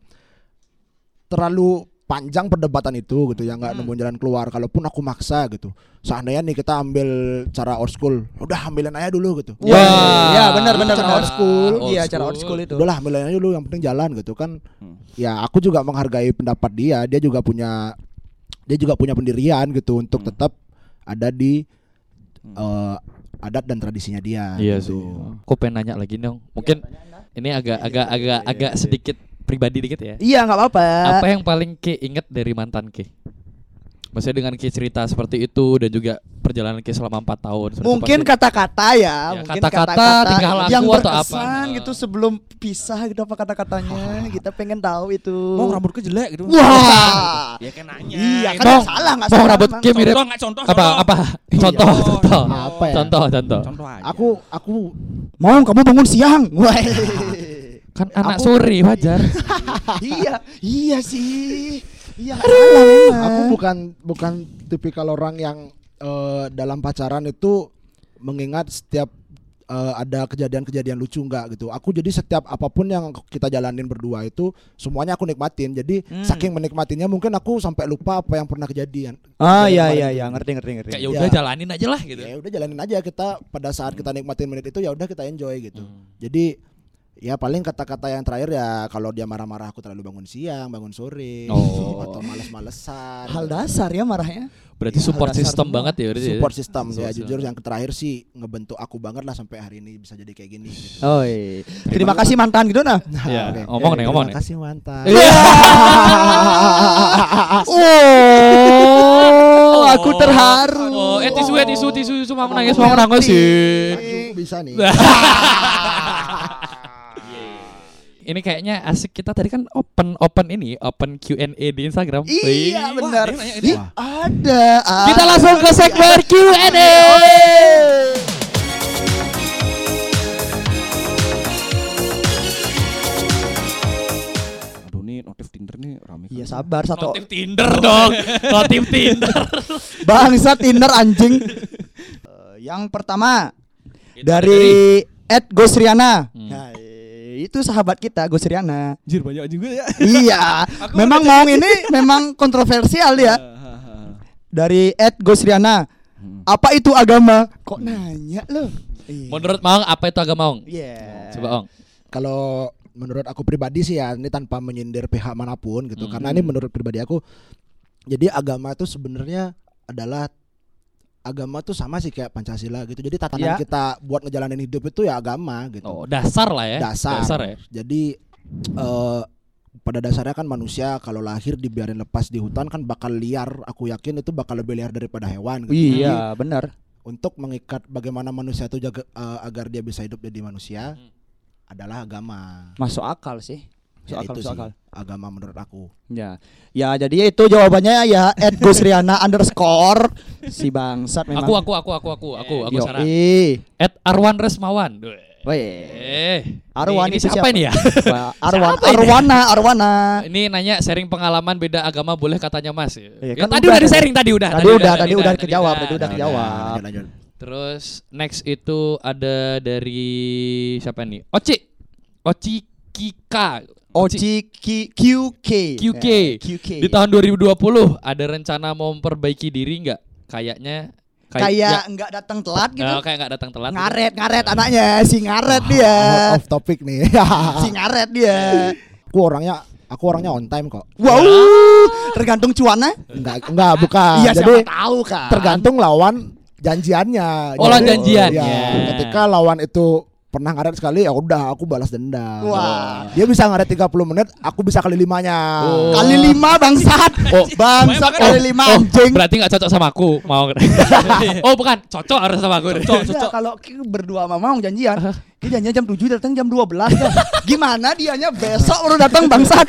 terlalu panjang perdebatan itu gitu ya, nggak Hmm. nemuin jalan keluar. Kalaupun aku maksa gitu, seandainya nih kita ambil cara old school, udah ambilin aja dulu gitu. Wah, Wah. ya benar benar Cara benar. old school. Old Iya, cara school. old school itu. Udahlah ambilin aja dulu, yang penting jalan gitu kan. Hmm. Ya aku juga menghargai pendapat dia, dia juga punya dia juga punya pendirian gitu untuk Hmm. tetap ada di eh, adat dan tradisinya dia. Iya gitu. sih. Aku pengen nanya lagi dong. Mungkin ini agak agak agak agak sedikit pribadi dikit ya. Iya, nggak apa-apa. Apa yang paling Ki inget dari mantan Ki? Maksudnya dengan Ki cerita seperti itu dan juga perjalanan Ki selama empat tahun. seperti itu Mungkin pasti- kata-kata ya, Ya, mungkin kata-kata, kata-kata tingkah laku yang atau berkesan apa. gitu sebelum pisah gitu apa kata-katanya. Kita pengen tahu itu. Mau rambutku jelek gitu. Wah. Ya kan nanya. Iya, gitu. kan nggak salah enggak Bang, salah. rambut emang. Ki mirip Contoh nggak contoh? apa contoh. apa? Contoh, Iya. contoh. Apa ya? Contoh, contoh. Contoh aja. Aku aku Mau kamu bangun siang. Wah. Kan anak sore wajar. iya, iya sih. Iya, nggak salah memang. aku bukan bukan tipikal orang yang eh, dalam pacaran itu mengingat setiap eh, ada kejadian-kejadian lucu enggak gitu. Aku jadi setiap apapun yang kita jalanin berdua itu semuanya aku nikmatin. Jadi Hmm. saking menikmatinya mungkin aku sampai lupa apa yang pernah kejadian. Ah iya Kemarin iya gitu. iya, ngerti ngerti ngerti. Kayak ya udah Ya. jalanin aja lah gitu. Ya udah jalanin aja kita pada saat kita nikmatin menit itu ya udah kita enjoy gitu. Hmm. Jadi ya paling kata-kata yang terakhir ya kalau dia marah-marah aku terlalu bangun siang, bangun sore, Oh. atau males-malesan. Hal dasar ya marahnya. Berarti Iya, support hal dasar system semua. banget ya berarti. ya? Support system ya Support jujur yang terakhir sih ngebentuk aku banget lah sampai hari ini bisa jadi kayak gini gitu. Oh iya. Terima kasih mantan gitu nah. Iya, Oke. ngomong nih, ngomong nih. Terima kasih mantan. Iya. Oh, aku terharu. Oh, eh tisu eh tisu tisu tisu mau nangis mau nangis sih. Maju bisa nih. Ini kayaknya asik kita tadi kan open open ini open Q and A di Instagram. Iya Wih. benar. dia nanya ini. Ih, ada. Kita langsung ke segmen Q and A. Aduh nih notif Tinder nih rame. Iya kan. sabar satu. Notif Tinder dong. Notif Tinder. Bangsa Tinder anjing. Eh, yang pertama dari Ed Gosriana. Hmm. Nah, eh, itu sahabat kita Gosriana. Anjir banyak juga ya. Iya. Memang mau ini memang kontroversial ya. Dari Ed Gosriana. Hmm. Apa itu agama? Kok nanya lo? Iya. Menurut Maung apa itu agama, Ong? Iya. Coba, Ong. Kalau menurut aku pribadi sih ya ini tanpa menyindir pihak manapun gitu. Hmm. Karena ini menurut pribadi aku. Jadi agama itu sebenarnya adalah agama tuh sama sih kayak Pancasila gitu. Jadi tatanan Ya. kita buat ngejalanin hidup itu ya agama gitu. Oh, dasar lah ya. Dasar. ya. Jadi eh, pada dasarnya kan manusia kalau lahir dibiarin lepas di hutan kan bakal liar. Aku yakin itu bakal lebih liar daripada hewan. Gitu. Jadi, Iya, benar. untuk mengikat bagaimana manusia itu jaga, eh, agar dia bisa hidup jadi manusia Hmm. adalah agama. Masuk akal sih. Masuk Ya, akal, itu masuk sih akal. agama menurut aku. Ya, ya jadi itu jawabannya ya Ed Gusriana underscore si bangsat memang. Aku aku aku aku aku aku aku Yo, Sarah. ih. At Arwan Resmawan. Weh. Eh, Arwan ini, ini itu siapa, siapa? ini ya? Wah, Arwan, Siapa ini? Arwana, Arwana. Ini nanya sharing pengalaman beda agama boleh katanya Mas. Iya, Ya, kan tadi udah udah di tadi. sharing tadi udah. Tadi udah, tadi udah kejawab, tadi udah Nah, kejawab. lanjut, lanjut. Terus next itu ada dari siapa nih? Oci. Oci Kika. Oci Q K. Q K. Eh, Q K. Di tahun dua ribu dua puluh ada rencana mau memperbaiki diri nggak? Kayaknya Kayak enggak datang telat gitu. ya, eh, kayak nggak datang telat. gitu. Ngaret, ngaret anaknya, si ngaret dia. Out of topic nih. Si ngaret dia. aku orangnya aku orangnya on time kok. Wow. Tergantung cuannya. Enggak enggak bukan. Iya, Jadi siapa tahu kan. tergantung lawan janjiannya. Oh, lawan Jadi, janjiannya. ya, ketika lawan itu pernah ngaret sekali ya udah aku balas dendam. Wah. Dia bisa ngaret tiga puluh menit, aku bisa kali limanya. Oh. Kali lima bangsat. Oh, bangsat kali lima anjing. Berarti nggak cocok sama aku, mau. Oh, bukan, cocok harus sama aku. Cocok, cocok. Kalau ki berdua sama Maung janjian, dia janjian jam tujuh datang jam dua belas dah. Gimana dianya besok baru datang bangsat.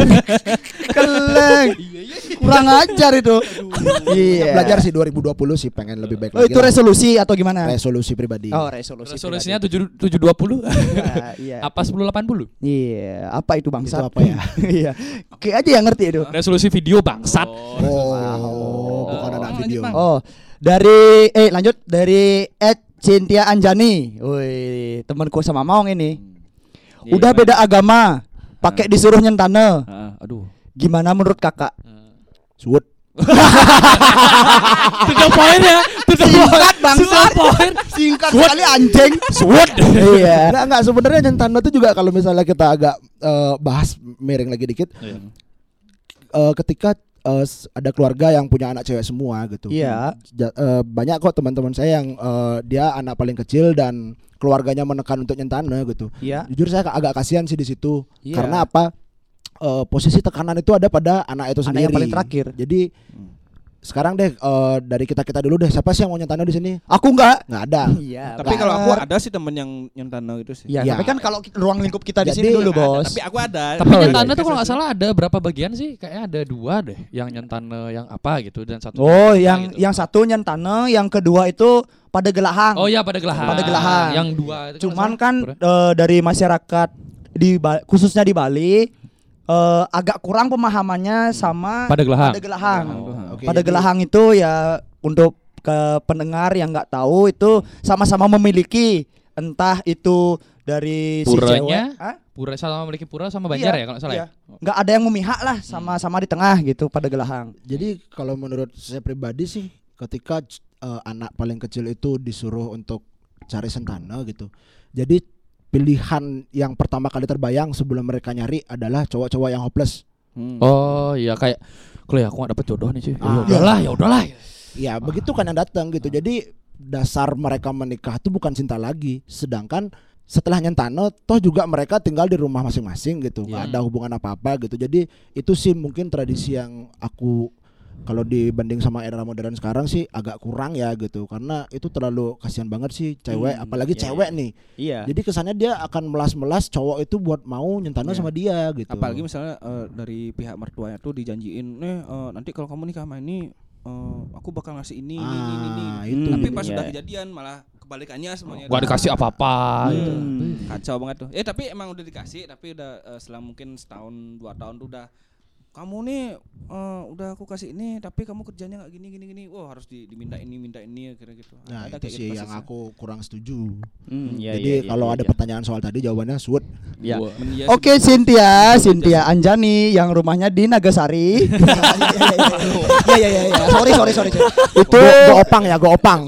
Keleng. Kurang ajar itu. Iya. Belajar sih dua ribu dua puluh sih pengen lebih baik Oh, lagi. itu lah. resolusi atau gimana? resolusi pribadi. Oh, resolusi. Resolusinya tujuh tujuh dua puluh. Ah, iya. Apa sepuluh delapan puluh? Iya, apa itu bangsat? Itu apa ya? Iya. Oke aja yang ngerti itu. Resolusi video bangsat. Oh, bukan anak video. Oh, dari eh lanjut dari Ed Cynthia Anjani. Woi, temanku sama Maung ini. Iya, Udah gimana? beda agama, pakai disuruh nyentane. Ah, aduh. Gimana menurut kakak? Suwut. Tiga poin ya. Singkat bangsat. poin. Singkat sekali anjing. Suwut. Iya. Enggak enggak sebenarnya nyentana itu juga kalau misalnya kita agak eh, bahas miring lagi dikit. eh, ketika eh, s- ada keluarga yang punya anak cewek semua gitu. Iya. Ja- eh, banyak kok teman-teman saya yang eh, dia anak paling kecil dan keluarganya menekan untuk nyentana gitu. Iya. Jujur saya agak kasihan sih di situ. Iya. Karena apa? Eh, posisi tekanan itu ada pada anak itu Anak sendiri. yang paling terakhir. Jadi sekarang deh eh, dari kita-kita dulu deh. Siapa sih yang mau nyentano di sini? Aku enggak. Nggak ada. Iya. Tapi kalau aku ada sih temen yang nyentano itu sih. Ya, Ya. tapi kan kalau ki- ruang lingkup kita di Jadi, sini dulu, Ada, Bos. tapi aku ada. Tapi Oh, iya. nyentana tuh kalau nggak salah ada berapa bagian sih? Kayaknya ada dua deh, yang nyentana yang apa gitu dan satu. Oh, apa yang gitu. yang satu nyentane, yang kedua itu pada gelahang. Oh iya pada gelahang. Pada gelahang. Yang dua itu Cuman kalau kan nggak salah, eh, dari masyarakat di Ba- khususnya di Bali eh, agak kurang pemahamannya sama Pada gelahang. Pada gelahang. Oh, oke, Pada jadi- gelahang itu ya untuk ke pendengar yang nggak tahu itu sama-sama memiliki entah itu dari si Puranya? cewek. Hah? Pura sama memiliki pura sama Banjar Iya, ya kalau nggak salah iya. ya. Nggak ada yang memihak lah sama-sama di tengah gitu pada gelahang. Jadi kalau menurut saya pribadi sih, ketika eh, anak paling kecil itu disuruh untuk cari sentana gitu. Jadi pilihan yang pertama kali terbayang sebelum mereka nyari adalah cowok-cowok yang hopeless. Hmm. Oh iya kayak kalau ya aku nggak dapet jodoh nih cuy. Ya Ah. udahlah, ya udahlah. Ya begitu kan yang datang gitu. Jadi dasar mereka menikah itu bukan cinta lagi. Sedangkan setelah nyentano, toh juga mereka tinggal di rumah masing-masing gitu. Nggak ada hubungan apa-apa gitu. Jadi itu sih mungkin tradisi yang aku kalau dibanding sama era modern sekarang sih agak kurang ya gitu. Karena itu terlalu kasihan banget sih cewek, Hmm, apalagi iya, cewek nih. Iya. Jadi kesannya dia akan melas-melas cowok itu buat mau nyentano sama dia gitu. Apalagi misalnya eh, dari pihak mertuanya tuh dijanjiin, nih eh, nanti kalau kamu nikah sama ini, eh, aku bakal ngasih ini, ini, ini, ini. Ah, itu. Tapi Hmm, pas iya. sudah kejadian malah kebalikannya semuanya. Gak dikasih apa-apa gitu. Hmm. Kacau banget tuh. Eh tapi emang udah dikasih, tapi udah eh, setelah mungkin setahun dua tahun tuh udah, kamu nih eh, udah aku kasih ini, tapi kamu kerjanya nggak gini gini gini. Wah harus di, diminta ini minta ini kira gitu. Nah Ada itu kayak sih gitu yang prosesnya. aku kurang setuju. Hmm, iya, Jadi iya, iya, kalau iya, ada iya. pertanyaan soal tadi jawabannya suit. Ya. Wah. Men- iya sih, Oke, Cynthia, Cynthia Anjani yang rumahnya di Nagasari. Iya iya iya iya. Sorry sorry sorry. sorry. Itu go opang ya, go opang.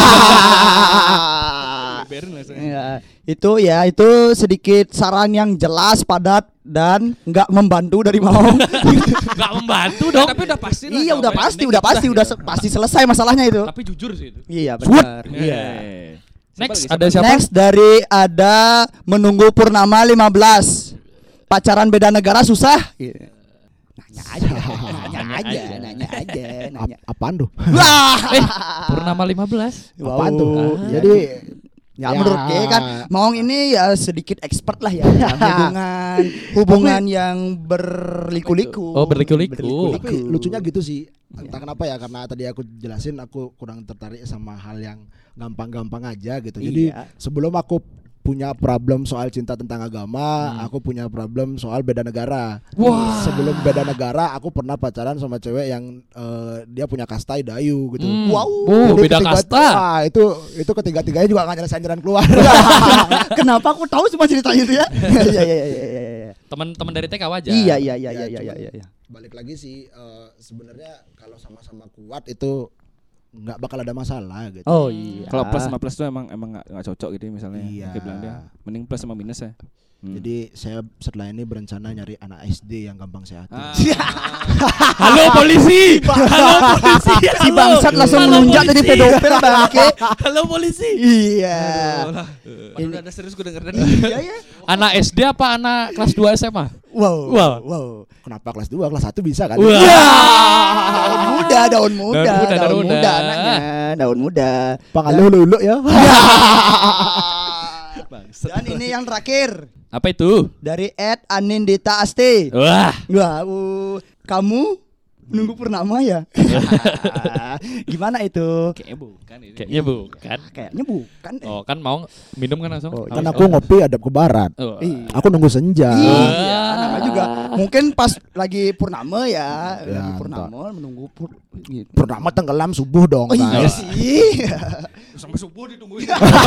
beberin lah saya. Ya, itu ya itu sedikit saran yang jelas, padat dan nggak membantu dari mau. Gak membantu dong. Tapi udah pasti lah. Iya udah jawabannya. pasti, Ini udah kita pasti, gitu. udah se- pasti selesai masalahnya itu. Tapi jujur sih itu. Iya benar. Iya. Next Siapa ada lagi? siapa? Next dari ada menunggu purnama lima belas. Pacaran beda negara susah? Nanya aja, nanya aja, nanya aja, nanya. Ap- apaan tuh? Wah, Eh, Purnama lima belas. Apaan tuh? Ah. Jadi Ya, Ya. menurut gue kan Maung ini ya sedikit expert lah ya dalam hubungan hubungan yang berliku-liku. Oh, berliku-liku. tapi lucunya gitu sih. Entah kenapa ya, karena tadi aku jelasin aku kurang tertarik sama hal yang gampang-gampang aja gitu. Jadi Iya. sebelum aku punya problem soal cinta tentang agama, Hmm. aku punya problem soal beda negara. Wah. Sebelum beda negara, aku pernah pacaran sama cewek yang eh, dia punya kasta Dayu gitu. Hmm. Wow. Oh, Jadi beda ketiga- kasta. Wah, itu itu ketiga-tiganya juga nggak nyelesain jalan keluar. Kenapa aku tahu cuma cerita itu ya? Iya iya iya iya iya. Teman-teman dari T K wajar. Iya iya iya Ya, iya iya cuman- iya iya. Balik lagi sih eh, sebenarnya kalau sama-sama kuat itu nggak bakal ada masalah gitu. Oh iya. Kalau plus sama plus tuh emang emang nggak nggak cocok gitu misalnya. Iya. Kayak bilang dia, mending plus sama minus ya. Hmm. Jadi saya setelah ini berencana nyari anak S D yang gampang sehat. Ah. Halo polisi. Halo polisi. Si bangsat langsung Halo, melunjak jadi polisi. pedofil bangke. Halo polisi. Iya. Padahal udah ada serius gue denger tadi. Iya ya. Anak S D apa anak kelas dua S M A? Wow. Wow. Wow. Kenapa kelas dua, kelas satu bisa kan? Wah. Ya, daun muda, daun muda, Daun muda, daun daun muda, muda. anaknya, daun muda. Pangalu lulu ya. Dan ini yang terakhir Apa itu? dari Ed Anindita Asti. Wah. Wow, kamu nunggu purnama ya? Gimana itu? Kayaknya bukan ini. Kayaknya bukan. Kayaknya bukan. deh. Oh kan mau minum kan langsung? Oh, Kan aku ngopi adab ke barat. Oh. Iya. Aku nunggu senja. Iya, namanya juga mungkin pas lagi purnama ya, Ya, lagi purnama menunggu pur gitu. Purnama tenggelam subuh dong. Oh iya guys. sih. Sampai subuh ditungguin.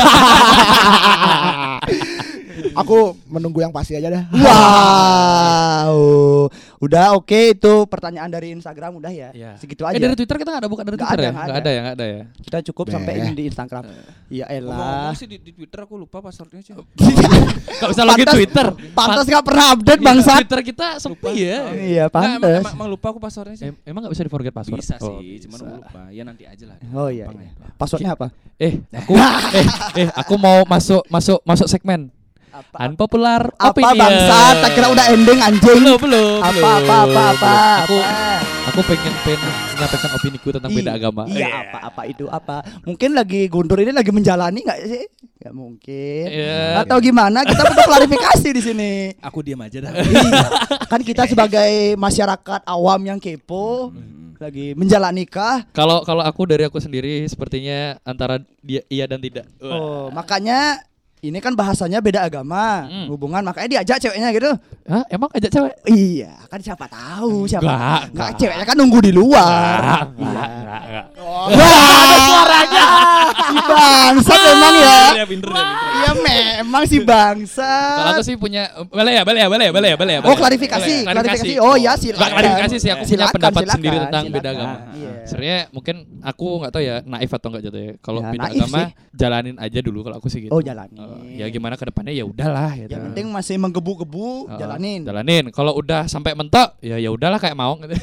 Aku menunggu yang pasti aja dah. Wow. Udah oke itu pertanyaan dari Instagram udah ya. Iya. Segitu Eh aja. dari Twitter kita nggak ada buka dari Nggak Twitter ada, ya? nggak Nggak ada. ada ya, nggak ada ya. Kita cukup Beh. sampai ini di Instagram. Iya elah. Ngomong-ngomong sih di, di Twitter aku lupa passwordnya sih. Kalau bisa login Pantas- Twitter. Pantas nggak pernah update Iya, bangsat. Twitter kita sepi ya. Iya Nggak, emang, pantas. emang, emang lupa aku passwordnya sih. Em- emang nggak bisa di forget password? Bisa Oh, sih, cuman bisa. aku lupa. Ya nanti aja lah. Oh iya. Gampang iya. ya. Passwordnya apa? Eh, aku eh eh aku mau masuk masuk masuk segmen unpopular Apa opinion. bangsat? Tak kira udah ending anjing. Belum, belum. Apa belum, apa apa apa. belum. Aku apa? aku Aku pengen pengen menyampaikan opiniku tentang beda Ih, agama. Iya, apa apa itu apa? Mungkin lagi Guntur ini lagi menjalani nggak sih? Nggak mungkin. Iya. Atau gimana? Kita perlu klarifikasi di sini. Aku diam aja dah. Iya. Kan kita sebagai masyarakat awam yang kepo lagi menjalani nikah. Kalau kalau aku dari aku sendiri sepertinya antara dia iya dan tidak. Oh, makanya ini kan bahasanya beda agama, Hmm. hubungan, makanya diajak ceweknya gitu. Hah, emang ajak cewek? Iya, kan siapa tahu siapa. Enggak, Enggak, ceweknya kan nunggu di luar. Enggak, enggak, enggak. Wah, ada suaranya. Si bangsa memang ya. Ya pinter ya pinter. Iya memang si bangsa. Kalau aku sih punya boleh ya, boleh ya, boleh ya, boleh ya, boleh ya. Oh, boleh. klarifikasi, Boleh, klarifikasi. Oh ya, silakan. Enggak klarifikasi sih, aku punya Silakan, pendapat silakan, sendiri tentang silakan. beda agama. Iya. Sebenarnya mungkin aku nggak tahu ya naif atau enggak jatuh ya. Kalau Ya, beda naif agama sih. jalanin aja dulu kalau aku sih gitu. Oh, jalanin. Eh, ya gimana ke depannya ya udahlah gitu. Yang penting masih menggebu-gebu, Eh, jalanin. Jalanin. Kalau udah sampai mentok ya ya udahlah kayak mau gitu.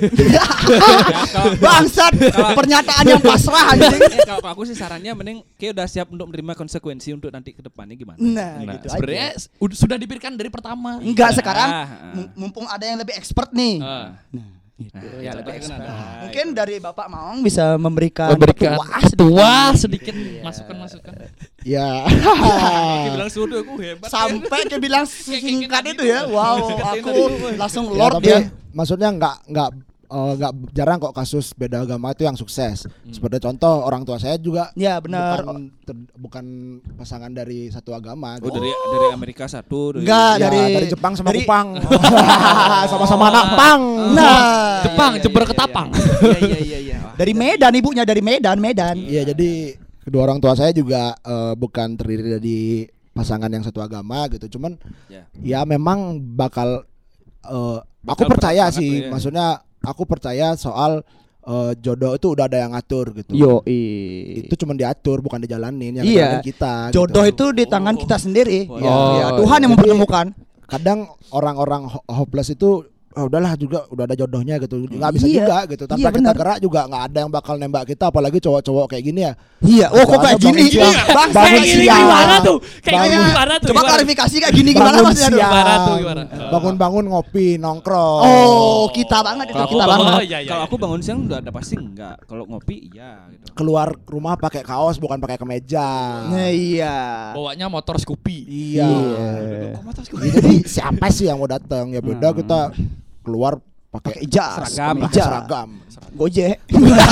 Bangsat, pernyataan yang pasrah anjing. Eh, kalau aku sih sarannya mending kayak udah siap untuk menerima konsekuensi untuk nanti ke depannya gimana. Nah, Nah, gitu sebenarnya aja. s- ud- sudah dipikirkan dari pertama. Enggak sekarang Ah, ah. mum- mumpung ada yang lebih expert nih. Ah. Ya, lebih expert. Mungkin dari Bapak Maung bisa memberikan, Memberikan petuah ketua sedikit masukan-masukan. Ya. Dia bilang suruh aku hebat. sampai ke bilang singkat itu ya. Wow, aku langsung Ya, lord tapi ya. maksudnya nggak nggak eh, nggak jarang kok kasus beda agama itu yang sukses. Seperti contoh orang tua saya juga Ya benar. bukan ter- bukan pasangan dari satu agama. Oh, gitu. dari dari Amerika satu dari Enggak, Ya, dari dari Jepang sama dari- Kupang. Sama-sama anak pang. Nah, Jepang, iya, Jember iya, ketapang. Iya iya iya iya. Wah. dari Medan ibunya dari Medan, Medan. Iya, jadi kedua orang tua saya juga eh, bukan terdiri dari pasangan yang satu agama gitu. Cuman Ya. ya memang bakal eh, aku Bakal percaya berat banget sih, tuh ya. maksudnya aku percaya soal eh, jodoh itu udah ada yang ngatur gitu. Yo, Itu cuma diatur bukan dijalanin, yang Iya. dijalanin kita. jodoh gitu. itu di tangan kita sendiri. Oh. Ya, ya, Tuhan yang Jadi- mempertemukan. Kadang orang-orang ho- hopeless itu oh, udahlah juga udah ada jodohnya gitu, nggak bisa Iya. juga gitu. Tanpa Iya, kita benar. gerak juga nggak ada yang bakal nembak kita, apalagi cowok-cowok kayak gini ya. Iya, oh kok Soalnya kayak gini? bangun siang. Iya, Bang, Bangun kayak gini siang. Gimana tuh? Kayak Bangun- gini gimana tuh? Coba Gimana? klarifikasi kayak gini gimana Bangun maksudnya? siang. Gimana tuh, gimana? Bangun-bangun ngopi, nongkrong. Oh, kita banget itu Kalau aku kita bangun, banget. iya, iya, kalau iya. aku bangun siang udah ada pasti enggak. Kalau ngopi iya gitu. Keluar rumah pakai kaos bukan pakai kemeja. Nah, iya. Bawanya motor Scoopy. Iya. Kok motor Scoopy? Jadi siapa sih yang mau datang? Ya beda kita keluar pakai Pakai jas, Seragam. pakai kemeja. seragam. Gojek.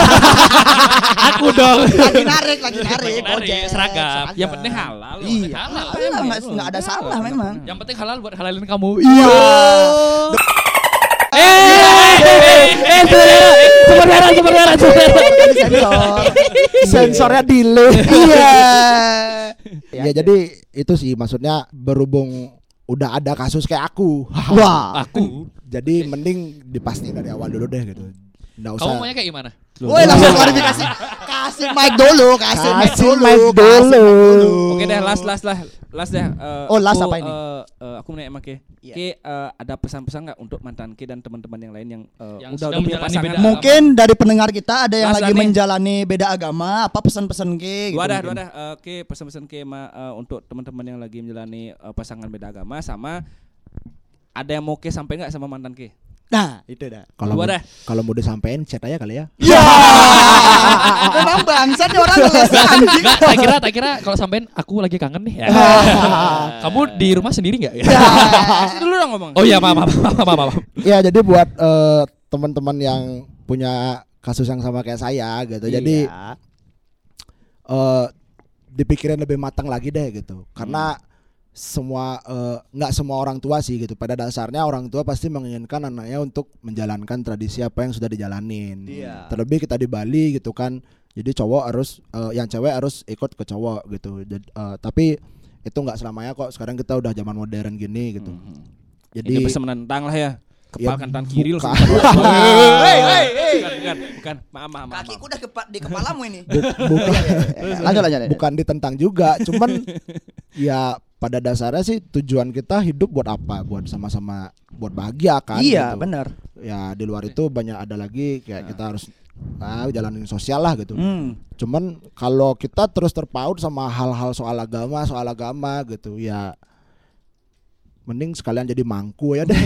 Aku dong. lagi narik, lagi narik. Lagi narik, Gojek. seragam. Yang penting halal. loh. Iya, Halal, halal, emang. nggak nggak ada salah memang. Yang penting halal buat halalin kamu. Iya. Eh, eh, sumber merah, sumber merah, sumber merah. Sensor. Sensornya delay. Iya. Ya jadi itu sih maksudnya berhubung udah ada kasus kayak aku. Wah. Aku. Jadi mending dipastiin dari awal dulu deh gitu. Nggak usah. Kamu maunya kayak gimana? Woi, langsung klarifikasi. Kasih mic dulu, kasih mic Kasih dulu. mic kasih mic dulu. Oke deh, last last lah. Last deh. eh, Oh, last aku, apa ini? eh, eh, aku nanya sama Ke. Iya. Ke eh, ada pesan-pesan nggak untuk mantan Ke dan teman-teman yang lain yang eh, Yang udah sedang udah punya menjalani pasangan? beda Mungkin dari pendengar kita ada yang Last lagi lah nih. menjalani beda agama, apa pesan-pesan Ki? Dua gitu dah, dua mungkin. dah. Eh, Ke pesan-pesan Ke ma- eh, untuk teman-teman yang lagi menjalani eh, pasangan beda agama sama ada yang mau Ke sampai nggak sama mantan Ke? Nah, itu dah. Kalau Dua mau- dah. kalau mau disampein chat aja kali ya. Ya. Memang bangsat nih orang ngeles anjing. Enggak, tak kira, tak kira kalau sampein aku lagi kangen nih ya. Kamu di rumah sendiri enggak ya? Kasih dulu dong ngomong. Oh iya, maaf, maaf, maaf, maaf, maaf. Ya jadi buat eh, teman-teman yang punya kasus yang sama kayak saya gitu. Jadi Iya. eh, dipikirin lebih matang lagi deh gitu. Karena semua eh, nggak semua orang tua sih gitu. Pada dasarnya orang tua pasti menginginkan anaknya untuk menjalankan tradisi apa yang sudah dijalanin. Iya. Terlebih kita di Bali gitu kan. Jadi cowok harus eh, yang cewek harus ikut ke cowok gitu. Jadi, eh, tapi itu nggak selamanya kok. Sekarang kita udah zaman modern gini gitu. Mhm. Jadi Ini pesan menentang lah ya. Ya, Kepal kanan kiri bukan. langsung. Hei, hei, hei. Bukan, bukan, bukan. Maaf, maaf, maaf. Kakiku udah kepa- di kepalamu ini. bu- bukan Lanjut lanjut. bukan ditentang juga, cuman ya pada dasarnya sih tujuan kita hidup buat apa? Buat sama-sama buat bahagia kan? Iya, gitu. benar. Ya di luar itu banyak ada lagi kayak kita harus ah, jalanin sosial lah gitu. Hmm. Cuman kalau kita terus terpaut sama hal-hal soal agama, soal agama gitu ya mending sekalian jadi mangku ya deh.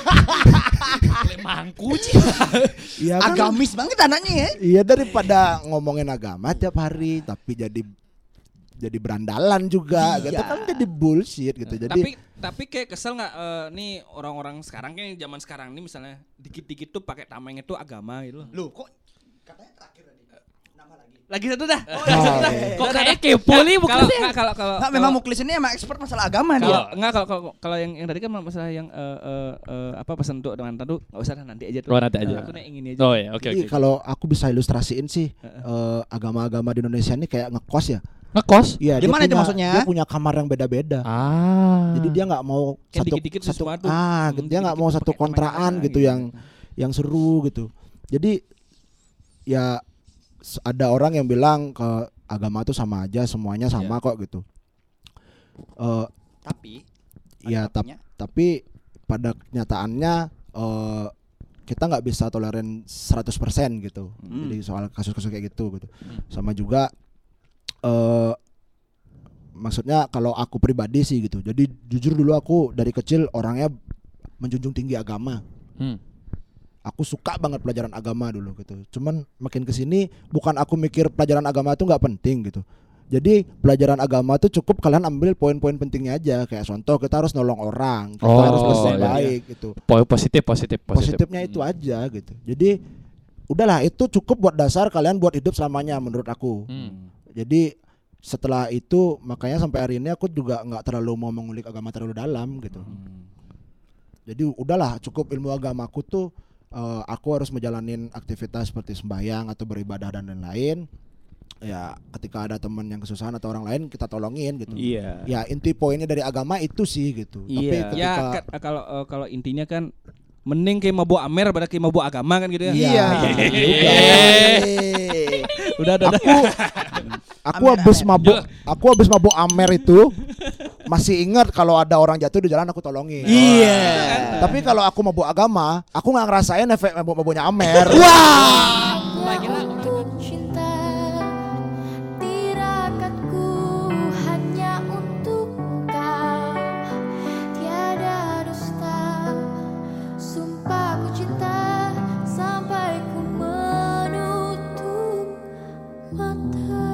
Mangku sih. Iya kan? Agamis banget anaknya ya. Iya, daripada ngomongin agama tiap hari tapi jadi jadi berandalan juga Iya. gitu kan, jadi bullshit gitu. Jadi Tapi tapi kayak kesel nggak eh, nih orang-orang sekarang kan zaman sekarang nih misalnya dikit-dikit tuh pakai tameng itu agama gitu loh. Lu kok katanya terakhir tadi. Nama lagi. Lagi satu dah. Oh, Lagi satu dah. iya. Kok kayak kepo nih Kalau Muklis. nggak, kalau kalau Nah, memang Muklis ini emang expert masalah agama kalau dia. enggak kalau kalau kalau yang yang tadi kan masalah yang eh, eh, eh, apa pesan untuk dengan tadu nggak usah lah, nanti aja tuh. Oh, nanti aja. Aku nih ingin ini aja. Oh ya, oke jadi oke. kalau aku bisa ilustrasiin sih eh, agama-agama di Indonesia ini kayak ngekos ya. Ngekos? Iya, Gimana dia itu punya, maksudnya? Dia punya kamar yang beda-beda. Ah. Jadi dia nggak mau Kayak satu dikit-dikit satu sesuatu. ah, Hmm, gitu. Dia nggak mau dikit-dikit satu pakai kontrakan tameng gitu gitu. yang yang seru gitu. Jadi ya s- ada orang yang bilang ke agama tuh sama aja, semuanya sama kok gitu. Eh Tapi ya tap- tapinya. tapi pada kenyataannya eh kita nggak bisa toleran seratus persen gitu. Hmm. Jadi soal kasus-kasus kayak gitu gitu. Sama juga eh maksudnya kalau aku pribadi sih gitu. Jadi jujur dulu aku dari kecil orangnya menjunjung tinggi agama. Hmm. Aku suka banget pelajaran agama dulu gitu. Cuman makin kesini bukan aku mikir pelajaran agama itu nggak penting gitu. Jadi pelajaran agama tuh cukup kalian ambil poin-poin pentingnya aja. Kayak contoh kita harus nolong orang, kita Oh, harus berbuat iya. baik gitu. Po- Positif, positif, positif. Positifnya itu aja gitu. Jadi udahlah itu cukup buat dasar kalian buat hidup selamanya menurut aku. Hmm. Jadi setelah itu makanya sampai hari ini aku juga nggak terlalu mau mengulik agama terlalu dalam gitu. Jadi udahlah cukup ilmu agamaku tuh eh, aku harus menjalanin aktivitas seperti sembahyang atau beribadah dan lain-lain. Ya ketika ada teman yang kesusahan atau orang lain kita tolongin gitu. Iya. Ya inti poinnya dari agama itu sih gitu. Tapi Iya. ketika Ya kan, kalau eh, kalau intinya kan mending kayak mabuk amer pada kayak mabuk agama kan gitu ya. Iya. juga. Udah udah. udah. Aku habis mabuk, aku habis mabuk Amer itu masih ingat kalau ada orang jatuh di jalan aku tolongin. Iya. Tapi kalau aku mabuk agama, aku nggak ngerasain efek mabuk-mabuknya Amer. Untuk cinta tirakatku hanya untuk kau, tiada dusta, sumpah ku cinta sampai ku menutup mata.